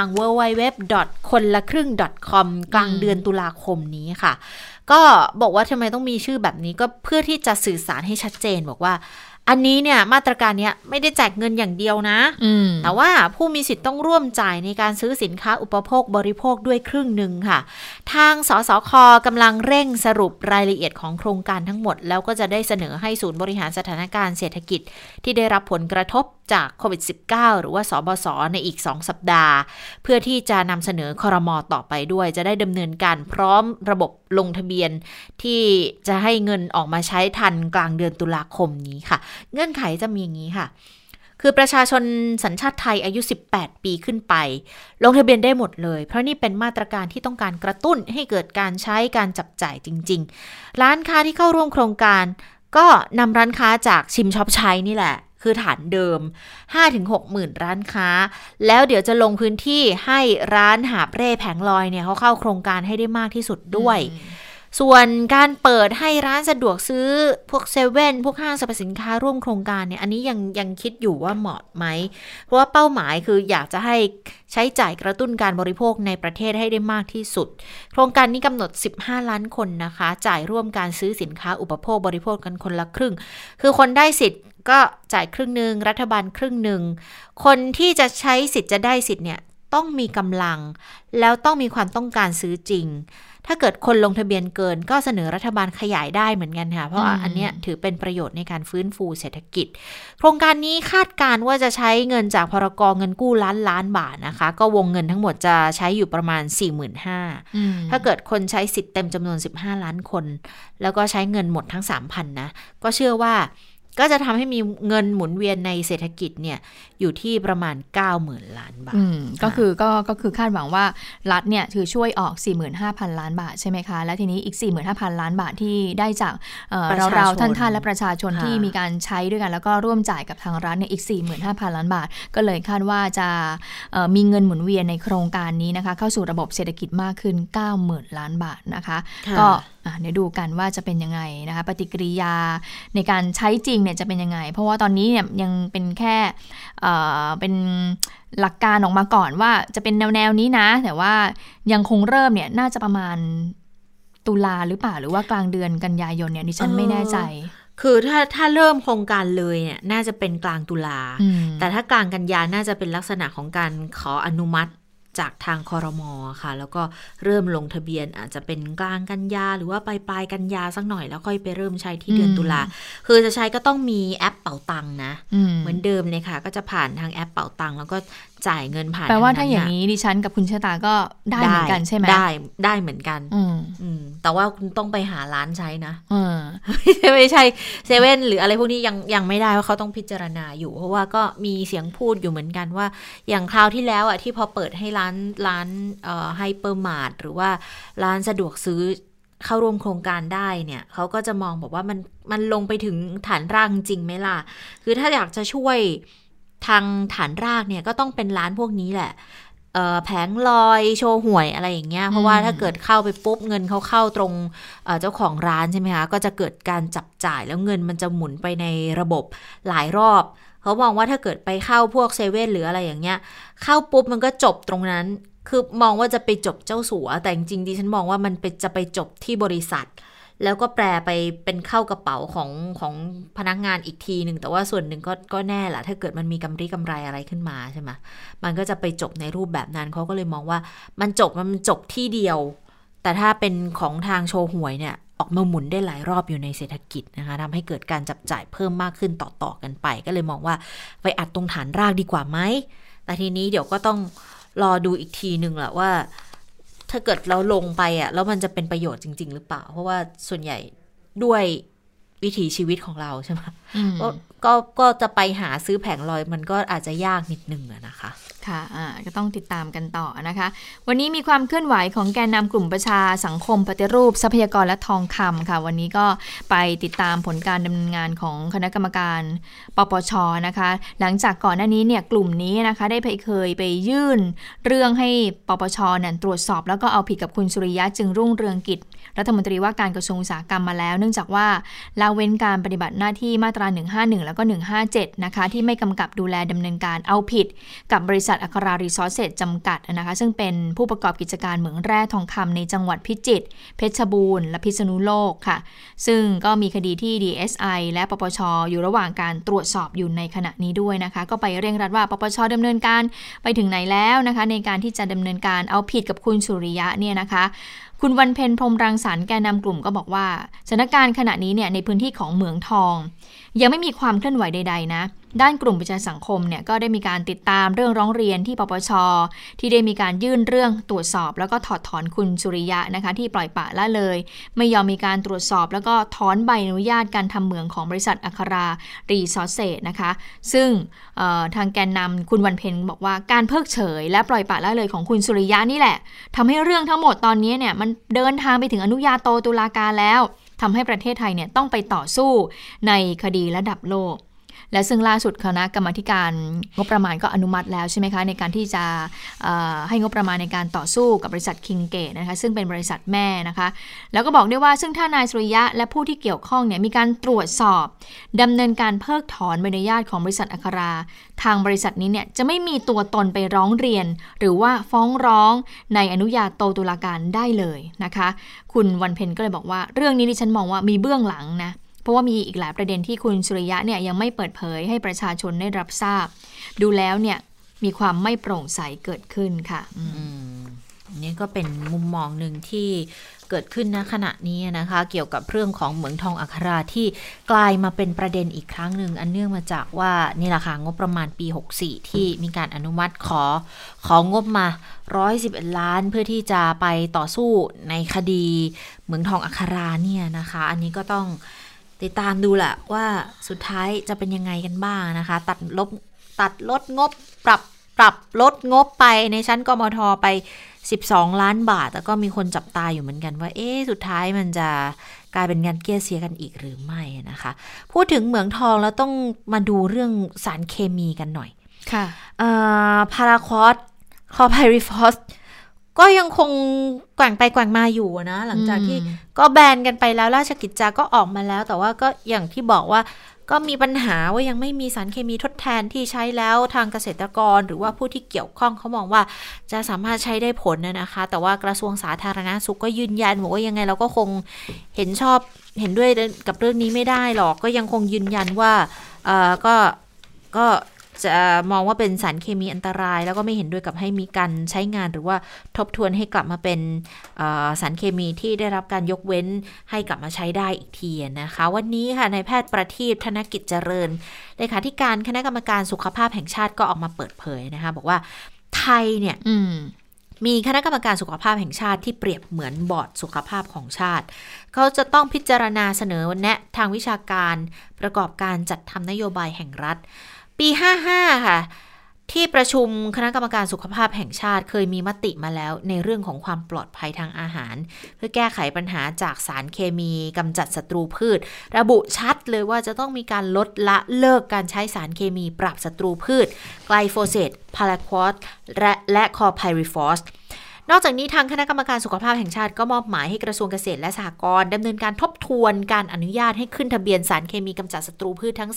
www.konlakryng.com กลางเดือนตุลาคมนี้ค่ะก็บอกว่าทำไมต้องมีชื่อแบบนี้ก็เพื่อที่จะสื่อสารให้ชัดเจนบอกว่าอันนี้เนี่ยมาตรการนี้ไม่ได้แจกเงินอย่างเดียวนะแต่ว่าผู้มีสิทธิ์ต้องร่วมจ่ายในการซื้อสินค้าอุปโภคบริโภคด้วยครึ่งหนึ่งค่ะทางสสค.กำลังเร่งสรุปรายละเอียดของโครงการทั้งหมดแล้วก็จะได้เสนอให้ศูนย์บริหารสถานการณ์เศรษฐกิจที่ได้รับผลกระทบจากโควิด -19 หรือว่าสบส.ในอีก2สัปดาห์เพื่อที่จะนำเสนอครม.ต่อไปด้วยจะได้ดำเนินการพร้อมระบบลงทะเบียนที่จะให้เงินออกมาใช้ทันกลางเดือนตุลาคมนี้ค่ะเงื่อนไขจะมีอย่างนี้ค่ะคือประชาชนสัญชาติไทยอายุ18ปีขึ้นไปลงทะเบียนได้หมดเลยเพราะนี่เป็นมาตรการที่ต้องการกระตุ้นให้เกิดการใช้การจับจ่ายจริงๆร้านค้าที่เข้าร่วมโครงการก็นำร้านค้าจากชิมช็อปใช้นี่แหละคือฐานเดิม 5-6 หมื่นร้านค้าแล้วเดี๋ยวจะลงพื้นที่ให้ร้านหาบเร่แผงลอยเนี่ยเขาเข้าโครงการให้ได้มากที่สุดด้วยส่วนการเปิดให้ร้านสะดวกซื้อพวกเซเว่นพวกห้างสรรพสินค้าร่วมโครงการเนี่ยอันนี้ยังคิดอยู่ว่าเหมาะไหมเพราะว่าเป้าหมายคืออยากจะให้ใช้จ่ายกระตุ้นการบริโภคในประเทศให้ได้มากที่สุดโครงการนี้กำหนด15ล้านคนนะคะจ่ายร่วมการซื้อสินค้าอุปโภคบริโภคกันคนละครึ่งคือคนได้สิทธิ์ก็จ่ายครึ่งนึงรัฐบาลครึ่งนึงคนที่จะใช้สิทธิ์จะได้สิทธิ์เนี่ยต้องมีกำลังแล้วต้องมีความต้องการซื้อจริงถ้าเกิดคนลงทะเบียนเกินก็เสนอรัฐบาลขยายได้เหมือนกันค่ะเพราะอันเนี้ยถือเป็นประโยชน์ในการฟื้นฟูเศรษฐกิจโครงการนี้คาดการณ์ว่าจะใช้เงินจากพรก.เงินกู้ล้านบาทนะคะก็วงเงินทั้งหมดจะใช้อยู่ประมาณ 45,000 ถ้าเกิดคนใช้สิทธิ์เต็มจำนวน15ล้านคนแล้วก็ใช้เงินหมดทั้ง 3,000 นะก็เชื่อว่าก็จะทำให้มีเงินหมุนเวียนในเศรษฐกิจเนี่ยอยู่ที่ประมาณ 90,000 ล้านบาทก็คือคาดหวังว่ารัฐเนี่ยถือช่วยออก 45,000 ล้านบาทใช่ไหมคะและทีนี้อีก 45,000 ล้านบาทที่ได้จากเราท่านและประชาชนที่มีการใช้ด้วยกันแล้วก็ร่วมจ่ายกับทางรัฐเนี่ยอีก 45,000 ล้านบาทก็เลยคาดว่าจะมีเงินหมุนเวียนในโครงการนี้นะคะเข้าสู่ระบบเศรษฐกิจมากขึ้น 90,000 ล้านบาทนะคะก็เดี๋ยวดูกันว่าจะเป็นยังไงนะคะปฏิกิริยาในการใช้จริงเนี่ยจะเป็นยังไงเพราะว่าตอนนี้เนี่ยยังเป็นแค่เป็นหลักการออกมาก่อนว่าจะเป็นแนวนี้นะแต่ว่ายังคงเริ่มเนี่ยน่าจะประมาณตุลาหรือเปล่าหรือว่ากลางเดือนกันยายนเนี่ยดิฉันไม่แน่ใจคือถ้าเริ่มโครงการเลยเนี่ยน่าจะเป็นกลางตุลาแต่ถ้ากลางกันยาน่าจะเป็นลักษณะของการขออนุมัติจากทางครม.ค่ะแล้วก็เริ่มลงทะเบียนอาจจะเป็นกลางกันยาหรือว่าปลายกันยาสักหน่อยแล้วค่อยไปเริ่มใช้ที่เดือนตุลาคือจะใช้ก็ต้องมีแอปเป๋าตังค์นะเหมือนเดิมเลยค่ะก็จะผ่านทางแอปเป๋าตังค์แล้วก็จ่ายเงินผ่านแปลว่าถ้าอย่างนี้ดิฉันกับคุณชะตาก็ได้เหมือนกันใช่ไหมได้เหมือนกันแต่ว่าคุณต้องไปหาร้านใช้นะไม่ใช่เซเว่นหรืออะไรพวกนี้ยังไม่ได้ว่าเขาต้องพิจารณาอยู่เพราะว่าก็มีเสียงพูดอยู่เหมือนกันว่าอย่างคราวที่แล้วอ่ะที่พอเปิดให้ร้านไฮเปอร์มาร์ทหรือว่าร้านสะดวกซื้อเข้าร่วมโครงการได้เนี่ยเขาก็จะมองบอกว่ามันลงไปถึงฐานรากจริงไหมล่ะคือถ้าอยากจะช่วยทางฐานรากเนี่ยก็ต้องเป็นร้านพวกนี้แหละแผงลอยโชว์หวยอะไรอย่างเงี้ยเพราะว่าถ้าเกิดเข้าไปปุ๊บเงินเขาเข้าตรงเจ้าของร้านใช่ไหมคะก็จะเกิดการจับจ่ายแล้วเงินมันจะหมุนไปในระบบหลายรอบเขามองว่าถ้าเกิดไปเข้าพวกเซเว่นหรืออะไรอย่างเงี้ยเข้าปุ๊บมันก็จบตรงนั้นคือมองว่าจะไปจบเจ้าสัวแต่จริงๆดิฉันมองว่ามันจะไปจบที่บริษัทแล้วก็แปลไปเป็นเข้ากระเป๋าของพนักงานอีกทีหนึ่งแต่ว่าส่วนหนึ่งก็แน่แหละถ้าเกิดมันมีกำไรอะไรขึ้นมาใช่ไหมมันก็จะไปจบในรูปแบบนั้นเขาก็เลยมองว่ามันจบที่เดียวแต่ถ้าเป็นของทางโชว์หวยเนี่ยออกมาหมุนได้หลายรอบอยู่ในเศรษฐกิจนะคะทำให้เกิดการจับจ่ายเพิ่มมากขึ้นต่อกันไปก็เลยมองว่าไปอัดตรงฐานรากดีกว่าไหมแต่ทีนี้เดี๋ยวก็ต้องรอดูอีกทีนึงแหละว่าถ้าเกิดเราลงไปอ่ะแล้วมันจะเป็นประโยชน์จริงๆหรือเปล่าเพราะว่าส่วนใหญ่ด้วยวิถีชีวิตของเราใช่ไหมก็จะไปหาซื้อแผงลอยมันก็อาจจะยากนิดนึงนะคะค่ะก็ต้องติดตามกันต่อนะคะวันนี้มีความเคลื่อนไหวของแกนนำกลุ่มประชาสังคมปฏิรูปทรัพยากรและทองคำค่ะวันนี้ก็ไปติดตามผลการดำเนินงานของคณะกรรมการปปช.นะคะหลังจากก่อนหน้านี้เนี่ยกลุ่มนี้นะคะได้เคยไปยื่นเรื่องให้ปปช.เนี่ยตรวจสอบแล้วก็เอาผิดกับคุณสุริยะจึงรุ่งเรืองกิจรัฐมนตรีว่าการกระทรวงอุตสาหกรรมมาแล้วเนื่องจากว่าละเว้นการปฏิบัติหน้าที่มาตรา151แล้วก็157นะคะที่ไม่กำกับดูแลดำเนินการเอาผิดกับบริษัทอัครารีซอสเซสจำกัดนะคะซึ่งเป็นผู้ประกอบกิจการเหมืองแร่ทองคำในจังหวัดพิจิตรเพชรบูรณ์และพิษณุโลกค่ะซึ่งก็มีคดีที่ DSI และปปช.อยู่ระหว่างการตรวจสอบอยู่ในขณะนี้ด้วยนะคะก็ไปเร่งรัดว่าปปช.ดำเนินการไปถึงไหนแล้วนะคะในการที่จะดำเนินการเอาผิดกับคุณสุริยะเนี่ยนะคะคุณวันเพ็ญพรหมรังสรรค์แกนนำกลุ่มก็บอกว่าสถานการณ์ขณะนี้เนี่ยในพื้นที่ของเหมืองทองยังไม่มีความเคลื่อนไหวใดๆนะด้านกลุ่มประชาสังคมเนี่ยก็ได้มีการติดตามเรื่องร้องเรียนที่ปปช.ที่ได้มีการยื่นเรื่องตรวจสอบแล้วก็ถอดถอนคุณสุริยะนะคะที่ปล่อยปละละเลยไม่ยอมมีการตรวจสอบแล้วก็ถอนใบอนุญาตการทำเหมืองของบริษัทอัครารีซอสเซสนะคะซึ่งทางแกนนำคุณวันเพ็ญบอกว่าการเพิกเฉยและปล่อยปละละเลยของคุณสุริยะนี่แหละทำให้เรื่องทั้งหมดตอนนี้เนี่ยมันเดินทางไปถึงอนุญาโตตุลาการแล้วทำให้ประเทศไทยเนี่ยต้องไปต่อสู้ในคดีระดับโลกและซึ่งล่าสุดคณะกรรมาธิการงบประมาณก็อนุมัติแล้วใช่ไหมคะในการที่จะให้งบประมาณในการต่อสู้กับบริษัทคิงเกตนะคะซึ่งเป็นบริษัทแม่นะคะแล้วก็บอกด้วยว่าซึ่งถ้านายสุริยะและผู้ที่เกี่ยวข้องเนี่ยมีการตรวจสอบดำเนินการเพิกถอนใบอนุญาตของบริษัทอัคราทางบริษัทนี้เนี่ยจะไม่มีตัวตนไปร้องเรียนหรือว่าฟ้องร้องในอนุญาโตตุลาการได้เลยนะคะคุณวันเพ็ญก็เลยบอกว่าเรื่องนี้ดิฉันมองว่ามีเบื้องหลังนะเพราะว่ามีอีกหลายประเด็นที่คุณสุริยะเนี่ยยังไม่เปิดเผยให้ประชาชนได้รับทราบดูแล้วเนี่ยมีความไม่โปร่งใสเกิดขึ้นค่ะนี่ก็เป็นมุมมองหนึ่งที่เกิดขึ้นณขณะนี้นะคะเกี่ยวกับเรื่องของเหมืองทองอัคราที่กลายมาเป็นประเด็นอีกครั้งหนึ่งอันเนื่องมาจากว่านี่แหละค่ะงบประมาณปี64ที่มีการอนุมัติของบมา111ล้านเพื่อที่จะไปต่อสู้ในคดีเหมืองทองอัคราเนี่ยนะคะอันนี้ก็ต้องติดตามดูแหละว่าสุดท้ายจะเป็นยังไงกันบ้างนะคะตัดลดงบปรับลดงบไปในชั้นกมท.ไป12ล้านบาทแต่ก็มีคนจับตาอยู่เหมือนกันว่าสุดท้ายมันจะกลายเป็นงานเกี้ยเสียกันอีกหรือไม่นะคะพูดถึงเหมืองทองแล้วต้องมาดูเรื่องสารเคมีกันหน่อยค่ะพาราควอสคลอไพริฟอสก็ยังคงแกว่งไปแกว่งมาอยู่นะหลังจากที่ก็แบนกันไปแล้วราชกิจจาก็ออกมาแล้วแต่ว่าก็อย่างที่บอกว่าก็มีปัญหาว่ายังไม่มีสารเคมีทดแทนที่ใช้แล้วทางเกษตรกรหรือว่าผู้ที่เกี่ยวข้องเขามองว่าจะสามารถใช้ได้ผลนะคะแต่ว่ากระทรวงสาธารณสุขก็ยืนยันบอกว่ายังไงเราก็คงเห็นด้วยกับเรื่องนี้ไม่ได้หรอกก็ยังคงยืนยันว่าก็จะมองว่าเป็นสารเคมีอันตรายแล้วก็ไม่เห็นด้วยกับให้มีการใช้งานหรือว่าทบทวนให้กลับมาเป็นสารเคมีที่ได้รับการยกเว้นให้กลับมาใช้ได้อีกทีนะคะวันนี้ค่ะนายแพทย์ประทีปธนกิจเจริญเลขาธิการคณะกรรมการสุขภาพแห่งชาติก็ออกมาเปิดเผยนะคะบอกว่าไทยเนี่ยมีคณะกรรมการสุขภาพแห่งชาติที่เปรียบเหมือนบอร์ดสุขภาพของชาติเขาจะต้องพิจารณาเสนอแนะทางวิชาการประกอบการจัดทำนโยบายแห่งรัฐปี55ค่ะที่ประชุมคณะกรรมการสุขภาพแห่งชาติเคยมีมติมาแล้วในเรื่องของความปลอดภัยทางอาหารเพื่อแก้ไขปัญหาจากสารเคมีกำจัดศัตรูพืชระบุชัดเลยว่าจะต้องมีการลดละเลิกการใช้สารเคมีปราบศัตรูพืชไกลโฟเสตพาราควอสและคอไพริฟอสนอกจากนี้ทางคณะกรรมการสุขภาพแห่งชาติก็มอบหมายให้กระทรวงเกษตรและสหกรณ์ดำเนินการทบทวนการอนุญาตให้ขึ้นทะเบียนสารเคมีกำจัดศัตรูพืชทั้ง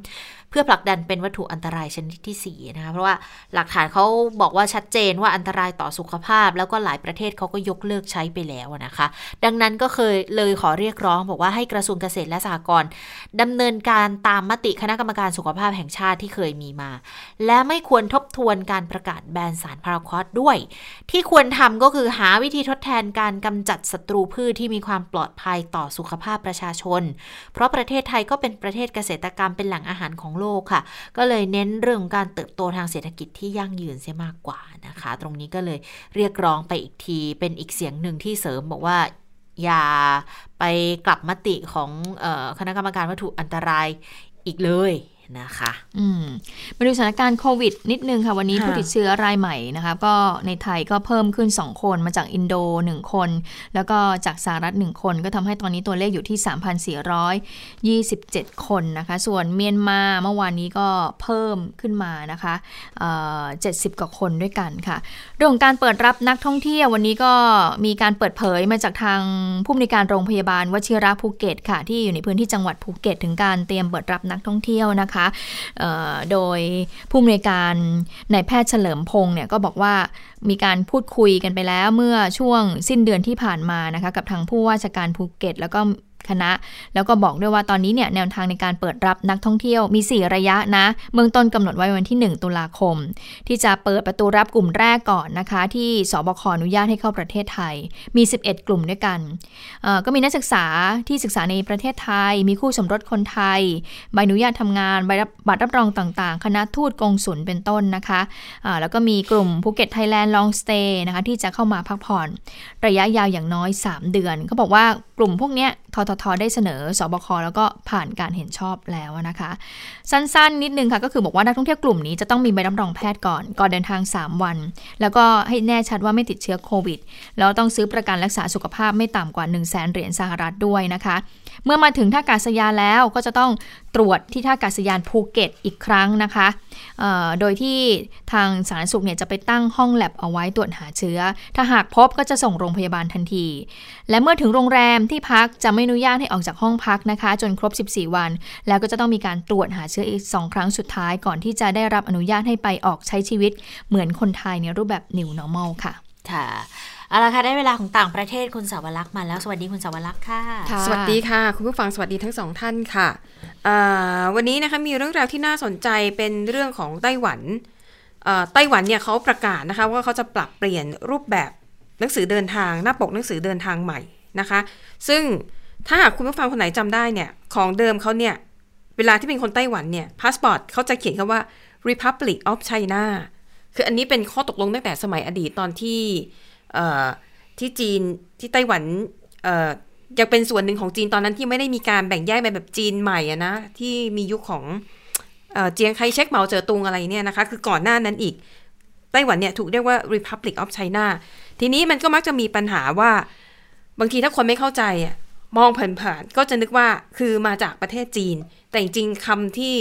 3เพื่อผลักดันเป็นวัตถุอันตรายชนิดที่4นะคะเพราะว่าหลักฐานเขาบอกว่าชัดเจนว่าอันตรายต่อสุขภาพแล้วก็หลายประเทศเขาก็ยกเลิกใช้ไปแล้วนะคะดังนั้นก็เลยขอเรียกร้องบอกว่าให้กระทรวงเกษตรและสหกรณ์ดำเนินการตามมติคณะกรรมการสุขภาพแห่งชาติที่เคยมีมาและไม่ควรทบทวนการประกาศแบนสารพาราควอสด้วยที่ควรทำก็คือหาวิธีทดแทนการกำจัดศัตรูพืชที่มีความปลอดภัยต่อสุขภาพประชาชนเพราะประเทศไทยก็เป็นประเทศเกษตรกรรมเป็นแหล่งอาหารของโลกค่ะก็เลยเน้นเรื่องการเติบโตทางเศรษฐกิจที่ยั่งยืนเสียมากกว่านะคะตรงนี้ก็เลยเรียกร้องไปอีกทีเป็นอีกเสียงหนึ่งที่เสริมบอกว่าอย่าไปกลับมติของคณะกรรมการวัตถุอันตรายอีกเลยนะคะมาดูสถานการณ์โควิดนิดนึงค่ะวันนี้ผู้ติดเชื้อรายใหม่นะคะก็ในไทยก็เพิ่มขึ้น2คนมาจากอินโด1คนแล้วก็จากสหรัฐ1คนก็ทำให้ตอนนี้ตัวเลขอยู่ที่ 3,427 คนนะคะส่วนเมียนมาเมื่อวานนี้ก็เพิ่มขึ้นมานะคะ70กว่าคนด้วยกันค่ะเรื่องของการเปิดรับนักท่องเที่ยววันนี้ก็มีการเปิดเผยมาจากทางผู้อำนวยการโรงพยาบาลวชิระภูเก็ตค่ะที่อยู่ในพื้นที่จังหวัดภูเก็ตถึงการเตรียมเปิดรับนักท่องเที่ยวนะคะโดยผู้อำนวยการนายแพทย์เฉลิมพงษ์เนี่ยก็บอกว่ามีการพูดคุยกันไปแล้วเมื่อช่วงสิ้นเดือนที่ผ่านมานะคะกับทางผู้ว่าราชการภูเก็ตแล้วก็คณะแล้วก็บอกด้วยว่าตอนนี้เนี่ยแนวทางในการเปิดรับนักท่องเที่ยวมี4ระยะนะเบื้องต้นกำหนดไว้วันที่1ตุลาคมที่จะเปิดประตูรับกลุ่มแรกก่อนนะคะที่สบคอนุญาตให้เข้าประเทศไทยมี11กลุ่มด้วยกันก็มีนักศึกษาที่ศึกษาในประเทศไทยมีคู่สมรสคนไทยใบอนุญาตทำงานบัตรรับรองต่างๆคณะทูตกงสุลเป็นต้นนะคะแล้วก็มีกลุ่มภูเก็ตไทยแลนด์ลองสเตย์นะคะที่จะเข้ามาพักผ่อนระยะยาวอย่างน้อย3เดือนเขาบอกว่ากลุ่มพวกนี้ททได้เสนอสบคแล้วก็ผ่านการเห็นชอบแล้วนะคะสั้นๆนิดนึงค่ะก็คือบอกว่านักท่องเที่ยวกลุ่มนี้จะต้องมีใบรับรองแพทย์ก่อนเดินทาง3วันแล้วก็ให้แน่ชัดว่าไม่ติดเชื้อโควิดแล้วต้องซื้อประกันรักษาสุขภาพไม่ต่ำกว่า 100,000 เหรียญสหรัฐด้วยนะคะเมื่อมาถึงท่าอากาศยานแล้วก็จะต้องตรวจที่ท่าอากาศยานภูเก็ตอีกครั้งนะคะโดยที่ทางสาธารณสุขเนี่ยจะไปตั้งห้องแลบเอาไว้ตรวจหาเชื้อถ้าหากพบก็จะส่งโรงพยาบาลทันทีและเมื่อถึงโรงแรมที่พักจะไม่อนุญาตให้ออกจากห้องพักนะคะจนครบ14วันแล้วก็จะต้องมีการตรวจหาเชื้ออีก2ครั้งสุดท้ายก่อนที่จะได้รับอนุญาตให้ไปออกใช้ชีวิตเหมือนคนไทยในรูปแบบ New Normal ค่ะค่ะเอาละค่ะได้เวลาของต่างประเทศคุณสาวรักษ์มาแล้วสวัสดีคุณสาวรักษ์ค่ะสวัสดีค่ะคุณผู้ฟังสวัสดีทั้ง2ท่านค่ะวันนี้นะคะมีเรื่องราวที่น่าสนใจเป็นเรื่องของไต้หวันเนี่ยเขาประกาศนะคะว่าเขาจะปรับเปลี่ยนรูปแบบหนังสือเดินทางหน้าปกหนังสือเดินทางใหม่นะคะซึ่งถ้าหากคุณผู้ฟังคนไหนจำได้เนี่ยของเดิมเขาเนี่ยเวลาที่เป็นคนไต้หวันเนี่ยพาสปอร์ตเขาจะเขียนคำว่า Republic of China คืออันนี้เป็นข้อตกลงตั้งแต่สมัยอดีตตอนที่จีนที่ไต้หวันยังเป็นส่วนหนึ่งของจีนตอนนั้นที่ไม่ได้มีการแบ่งแยกแบบจีนใหม่อะนะที่มียุคของเจียงไคเชกเหมาเจ๋อตุงอะไรเนี่ยนะคะคือก่อนหน้านั้นอีกไต้หวันเนี่ยถูกเรียกว่า Republic of China ทีนี้มันก็มักจะมีปัญหาว่าบางทีถ้าคนไม่เข้าใจมองผ่านๆก็จะนึกว่าคือมาจากประเทศจีนแต่จริงๆคำที่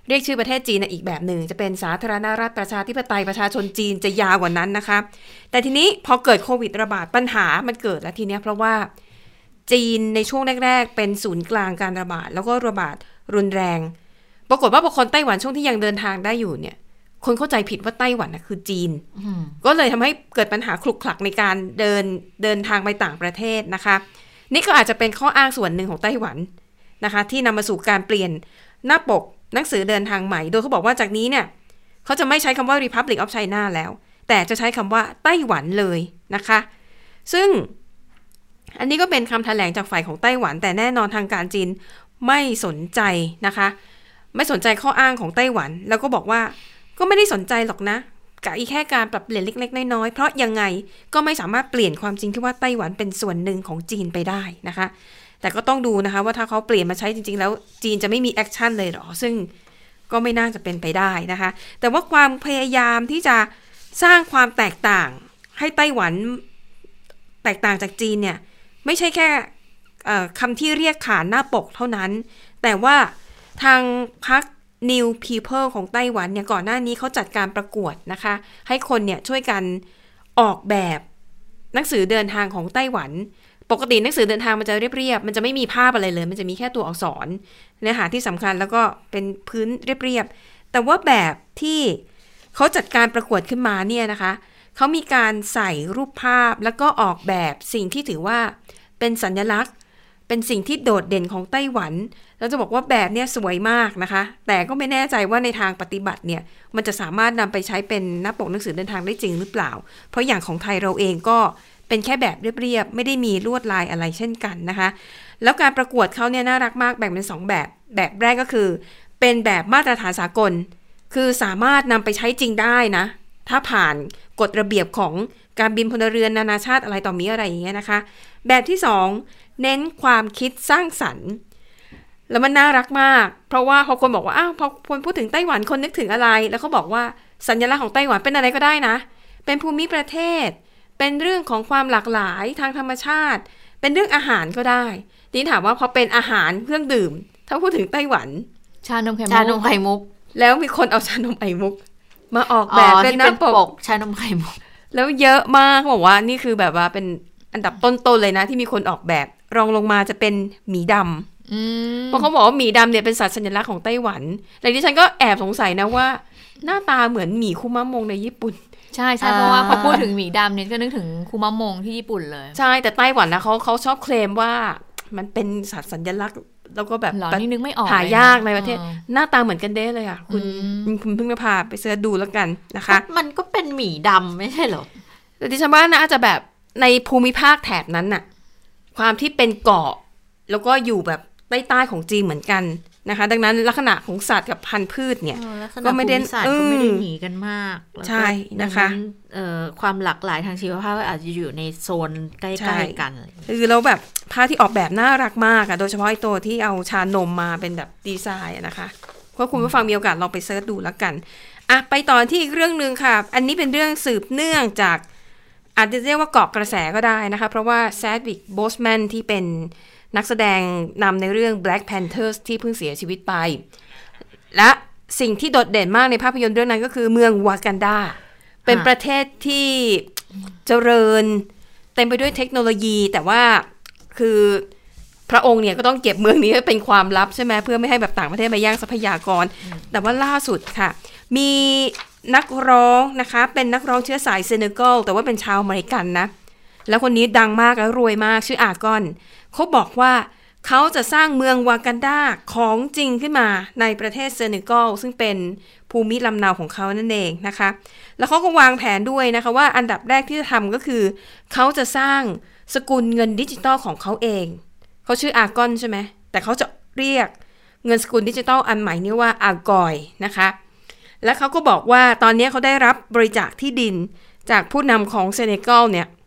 เรียกชื่อประเทศจีนอีกแบบหนึ่งจะเป็นสาธารณรัฐประชาธิปไตยประชาชนจีนจะยาวกว่านั้นนะคะแต่ทีนี้พอเกิดโควิดระบาดปัญหามันเกิดแล้วทีเนี้ยเพราะว่าจีนในช่วงแรกๆเป็นศูนย์กลางการระบาดแล้วก็ระบาดรุนแรงปรากฏว่าพอคนไต้หวันช่วงที่ยังเดินทางได้อยู่เนี่ยคนเข้าใจผิดว่าไต้หวันนะคือจีนก็เลยทำให้เกิดปัญหาคลุกคลักในการเดินทางไปต่างประเทศนะคะนี่ก็อาจจะเป็นข้ออ้างส่วนหนึ่งของไต้หวันนะคะที่นำมาสู่การเปลี่ยนหน้าปกหนังสือเดินทางใหม่โดยเขาบอกว่าจากนี้เนี่ยเขาจะไม่ใช้คำว่า Republic of China แล้วแต่จะใช้คำว่าไต้หวันเลยนะคะซึ่งอันนี้ก็เป็นคำแถลงจากฝ่ายของไต้หวันแต่แน่นอนทางการจีนไม่สนใจนะคะไม่สนใจข้ออ้างของไต้หวันแล้วก็บอกว่าก็ไม่ได้สนใจหรอกนะกับอีแค่การปรับเปลี่ยนเล็กๆน้อยๆเพราะยังไงก็ไม่สามารถเปลี่ยนความจริงที่ว่าไต้หวันเป็นส่วนหนึ่งของจีนไปได้นะคะแต่ก็ต้องดูนะคะว่าถ้าเขาเปลี่ยนมาใช้จริงๆแล้วจีนจะไม่มีแอคชั่นเลยหรอซึ่งก็ไม่น่าจะเป็นไปได้นะคะแต่ว่าความพยายามที่จะสร้างความแตกต่างให้ไต้หวันแตกต่างจากจีนเนี่ยไม่ใช่แค่คำที่เรียกขานหน้าปกเท่านั้นแต่ว่าทางพรรค New People ของไต้หวันเนี่ยก่อนหน้านี้เขาจัดการประกวดนะคะให้คนเนี่ยช่วยกันออกแบบหนังสือเดินทางของไต้หวันปกติหนังสือเดินทางมันจะเรียบๆมันจะไม่มีภาพอะไรเลยมันจะมีแค่ตัวอักษรเนื้อหาที่สำคัญแล้วก็เป็นพื้นเรียบๆแต่ว่าแบบที่เขาจัดการประกวดขึ้นมาเนี่ยนะคะเขามีการใส่รูปภาพแล้วก็ออกแบบสิ่งที่ถือว่าเป็นสัญลักษณ์เป็นสิ่งที่โดดเด่นของไต้หวันแล้วจะบอกว่าแบบเนี้ยสวยมากนะคะแต่ก็ไม่แน่ใจว่าในทางปฏิบัติเนี่ยมันจะสามารถนำไปใช้เป็นหน้าปกหนังสือเดินทางได้จริงหรือเปล่าเพราะอย่างของไทยเราเองก็เป็นแค่แบบเรียบๆไม่ได้มีลวดลายอะไรเช่นกันนะคะแล้วการประกวดเขาเนี่ยน่ารักมากแบ่งเป็น2แบบแรกก็คือเป็นแบบมาตรฐานสากลคือสามารถนำไปใช้จริงได้นะถ้าผ่านกฎระเบียบของการบินพลเรือนนานาชาติอะไรต่อมีอะไรอย่างเงี้ยนะคะแบบที่2เน้นความคิดสร้างสรรค์แล้วมันน่ารักมากเพราะว่าพอคนบอกว่าอ้าวพอคนพูดถึงไต้หวันคนนึกถึงอะไรแล้วเขาบอกว่าสัญลักษณ์ของไต้หวันเป็นอะไรก็ได้นะเป็นภูมิประเทศเป็นเรื่องของความหลากหลายทางธรรมชาติเป็นเรื่องอาหารก็ได้ทีนี้ถามว่าพอเป็นอาหารเครื่องดื่มถ้าพูดถึงไต้หวันชานมไข่มุกแล้วมีคนเอาชานมไข่มุกมาออกแบบเป็นหน้าปกชานมไข่มุกแล้วเยอะมากบอกว่านี่คือแบบว่าเป็นอันดับต้นๆเลยนะที่มีคนออกแบบรองลงมาจะเป็นหมีดำเพราะเขาบอกว่าหมีดำเนี่ยเป็นสัตว์สัญลักษณ์ของไต้หวันแต่ดิฉันก็แอบสงสัยนะว่าหน้าตาเหมือนหมีคุมะมงในญี่ปุ่นใช่เพราะว่าพอพูดถึงหมีดำเนี่ยก็นึกถึงคุมะมงที่ญี่ปุ่นเลยใช่แต่ไต้หวันนะเขาชอบเคลมว่ามันเป็นสัตว์สัญลักษณ์แล้วก็แบบนี่นึกไม่ออกหายากในประเทศหน้าตาเหมือนกันเด้เลยอ่ะคุณเพิ่งจะพาไปเสิร์ชดูแล้วกันนะคะมันก็เป็นหมีดำไม่ใช่หรอแต่ดิฉันว่าน่าจะแบบในภูมิภาคแถบนั้นน่ะความที่เป็นเกาะแล้วก็อยู่แบบใต้ของจีนเหมือนกันนะคะดังนั้นลักษณะของสัตว์กับพันธุ์พืชเนี่ยก็ไม่ได้หนีกันมากใช่นะคะความหลากหลายทางชีวภาพอาจจะอยู่ในโซนใกล้ๆกันคือแล้วแบบผ้าที่ออกแบบน่ารักมากอะโดยเฉพาะไอ้ตัวที่เอาชานมมาเป็นแบบดีไซน์นะคะก็คุณผู้ฟังมีโอกาสลองไปเสิร์ชดูแล้วกันอ่ะไปต่อที่อีกเรื่องนึงค่ะอันนี้เป็นเรื่องสืบเนื่องจากอาจจะเรียกว่าเกาะกระแสก็ได้นะคะเพราะว่าแซดวิกโบสแมนที่เป็นนักแสดงนำในเรื่อง Black Panthers ที่เพิ่งเสียชีวิตไปและสิ่งที่โดดเด่นมากในภาพยนตร์เรื่องนั้นก็คือเมืองวากันดาเป็นประเทศที่เจริญเต็มไปด้วยเทคโนโลยีแต่ว่าคือพระองค์เนี่ยก็ต้องเก็บเมืองนี้ให้เป็นความลับใช่ไหมเพื่อไม่ให้แบบต่างประเทศมาแย่งทรัพยากรแต่ว่าล่าสุดค่ะมีนักร้องนะคะเป็นนักร้องเชื้อสายเซเนกัลแต่ว่าเป็นชาวอเมริกันนะแล้วคนนี้ดังมากและรวยมากชื่ออากอนเขาบอกว่าเขาจะสร้างเมืองวากันดาของจริงขึ้นมาในประเทศเซเนกัลซึ่งเป็นภูมิลำเนาของเขานั่นเองนะคะแล้วเขาก็วางแผนด้วยนะคะว่าอันดับแรกที่จะทำก็คือเขาจะสร้างสกุลเงินดิจิตอลของเขาเองเขาชื่ออากอนใช่ไหมแต่เขาจะเรียกเงินสกุลดิจิตอลอันใหม่นี้ว่าอากอยนะคะและเขาก็บอกว่าตอนนี้เขาได้รับบริจาคที่ดินจากผู้นำของเซเนกัลเนี่ย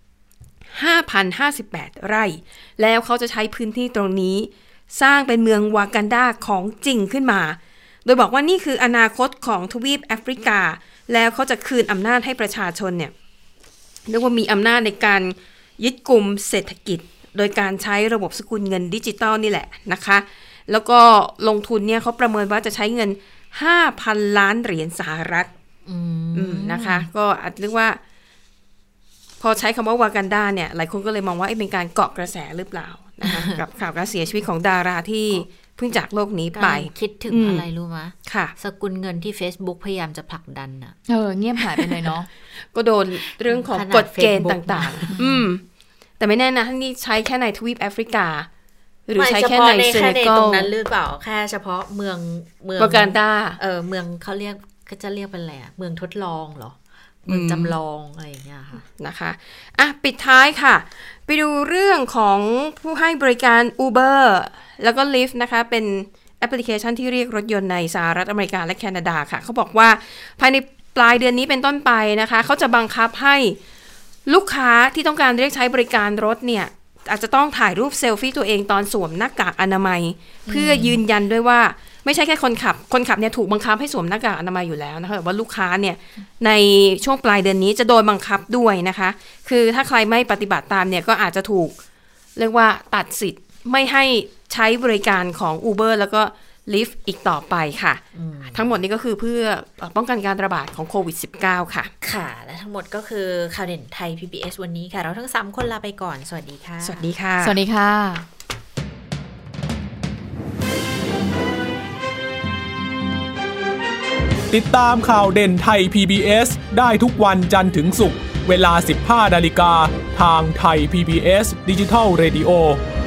5,058 ไร่แล้วเขาจะใช้พื้นที่ตรงนี้สร้างเป็นเมืองวากันดาของจริงขึ้นมาโดยบอกว่านี่คืออนาคตของทวีปแอฟริกาแล้วเขาจะคืนอำนาจให้ประชาชนเนี่ยเรียกว่ามีอำนาจในการยึดกลุ่มเศรษฐกิจโดยการใช้ระบบสกุลเงินดิจิตอลนี่แหละนะคะแล้วก็ลงทุนเนี่ยเขาประเมินว่าจะใช้เงิน 5,000 ล้านเหรียญสหรัฐนะคะก็อาจเรียกว่าพอใช้คำว่าวากันดาเนี่ยหลายคนก็เลยมองว่าเป็นการเกาะกระแสหรือเปล่านะคะ กับข่าวการเสียชีวิตของดาราที่เพิ่งจากโลกนี้ไปคิดถึงอะไรรู้ไหมค่ะสกุลเงินที่ Facebook พยายามจะผลักดันน่ะเงียบหายไปเลยเนาะก็โดนเรื่องของกฎเกณฑ์ต่างๆแต่ไม่แน่นะที่ใช้แค่ในทวีปแอฟริกาหรือใช้แค่ในเซเนกัลตรงนั้นหรือเปล่าแค่เฉพาะเมืองวากันดาเมืองเขาเรียกก็จะเรียกเป็นอะไรเมืองทดลองเหรอเมืองจำลองอะไรอย่างเงี้ยค่ะนะคะปิดท้ายค่ะไปดูเรื่องของผู้ให้บริการ Uber แล้วก็ Lyft นะคะเป็นแอปพลิเคชันที่เรียกรถยนต์ในสหรัฐอเมริกาและแคนาดาค่ะเขาบอกว่าภายในปลายเดือนนี้เป็นต้นไปนะคะเขาจะบังคับให้ลูกค้าที่ต้องการเรียกใช้บริการรถเนี่ยอาจจะต้องถ่ายรูปเซลฟี่ตัวเองตอนสวมหน้ากากอนามัยเพื่อยืนยันด้วยว่าไม่ใช่แค่คนขับเนี่ยถูกบังคับให้สวมหน้ากากอนามัยอยู่แล้วนะคะแต่ว่าลูกค้าเนี่ยในช่วงปลายเดือนนี้จะโดนบังคับด้วยนะคะคือถ้าใครไม่ปฏิบัติตามเนี่ยก็อาจจะถูกเรียกว่าตัดสิทธิ์ไม่ให้ใช้บริการของ Uber แล้วก็ Lyft อีกต่อไปค่ะทั้งหมดนี้ก็คือเพื่อป้องกันการระบาดของโควิด -19 ค่ะค่ะและทั้งหมดก็คือข่าวเด่นไทย PBS วันนี้ค่ะเราทั้ง3คนลาไปก่อนสวัสดีค่ะสวัสดีค่ะสวัสดีค่ะติดตามข่าวเด่นไทย PBS ได้ทุกวันจันทร์ถึงศุกร์เวลา 15 นาฬิกาทางไทย PBS Digital Radio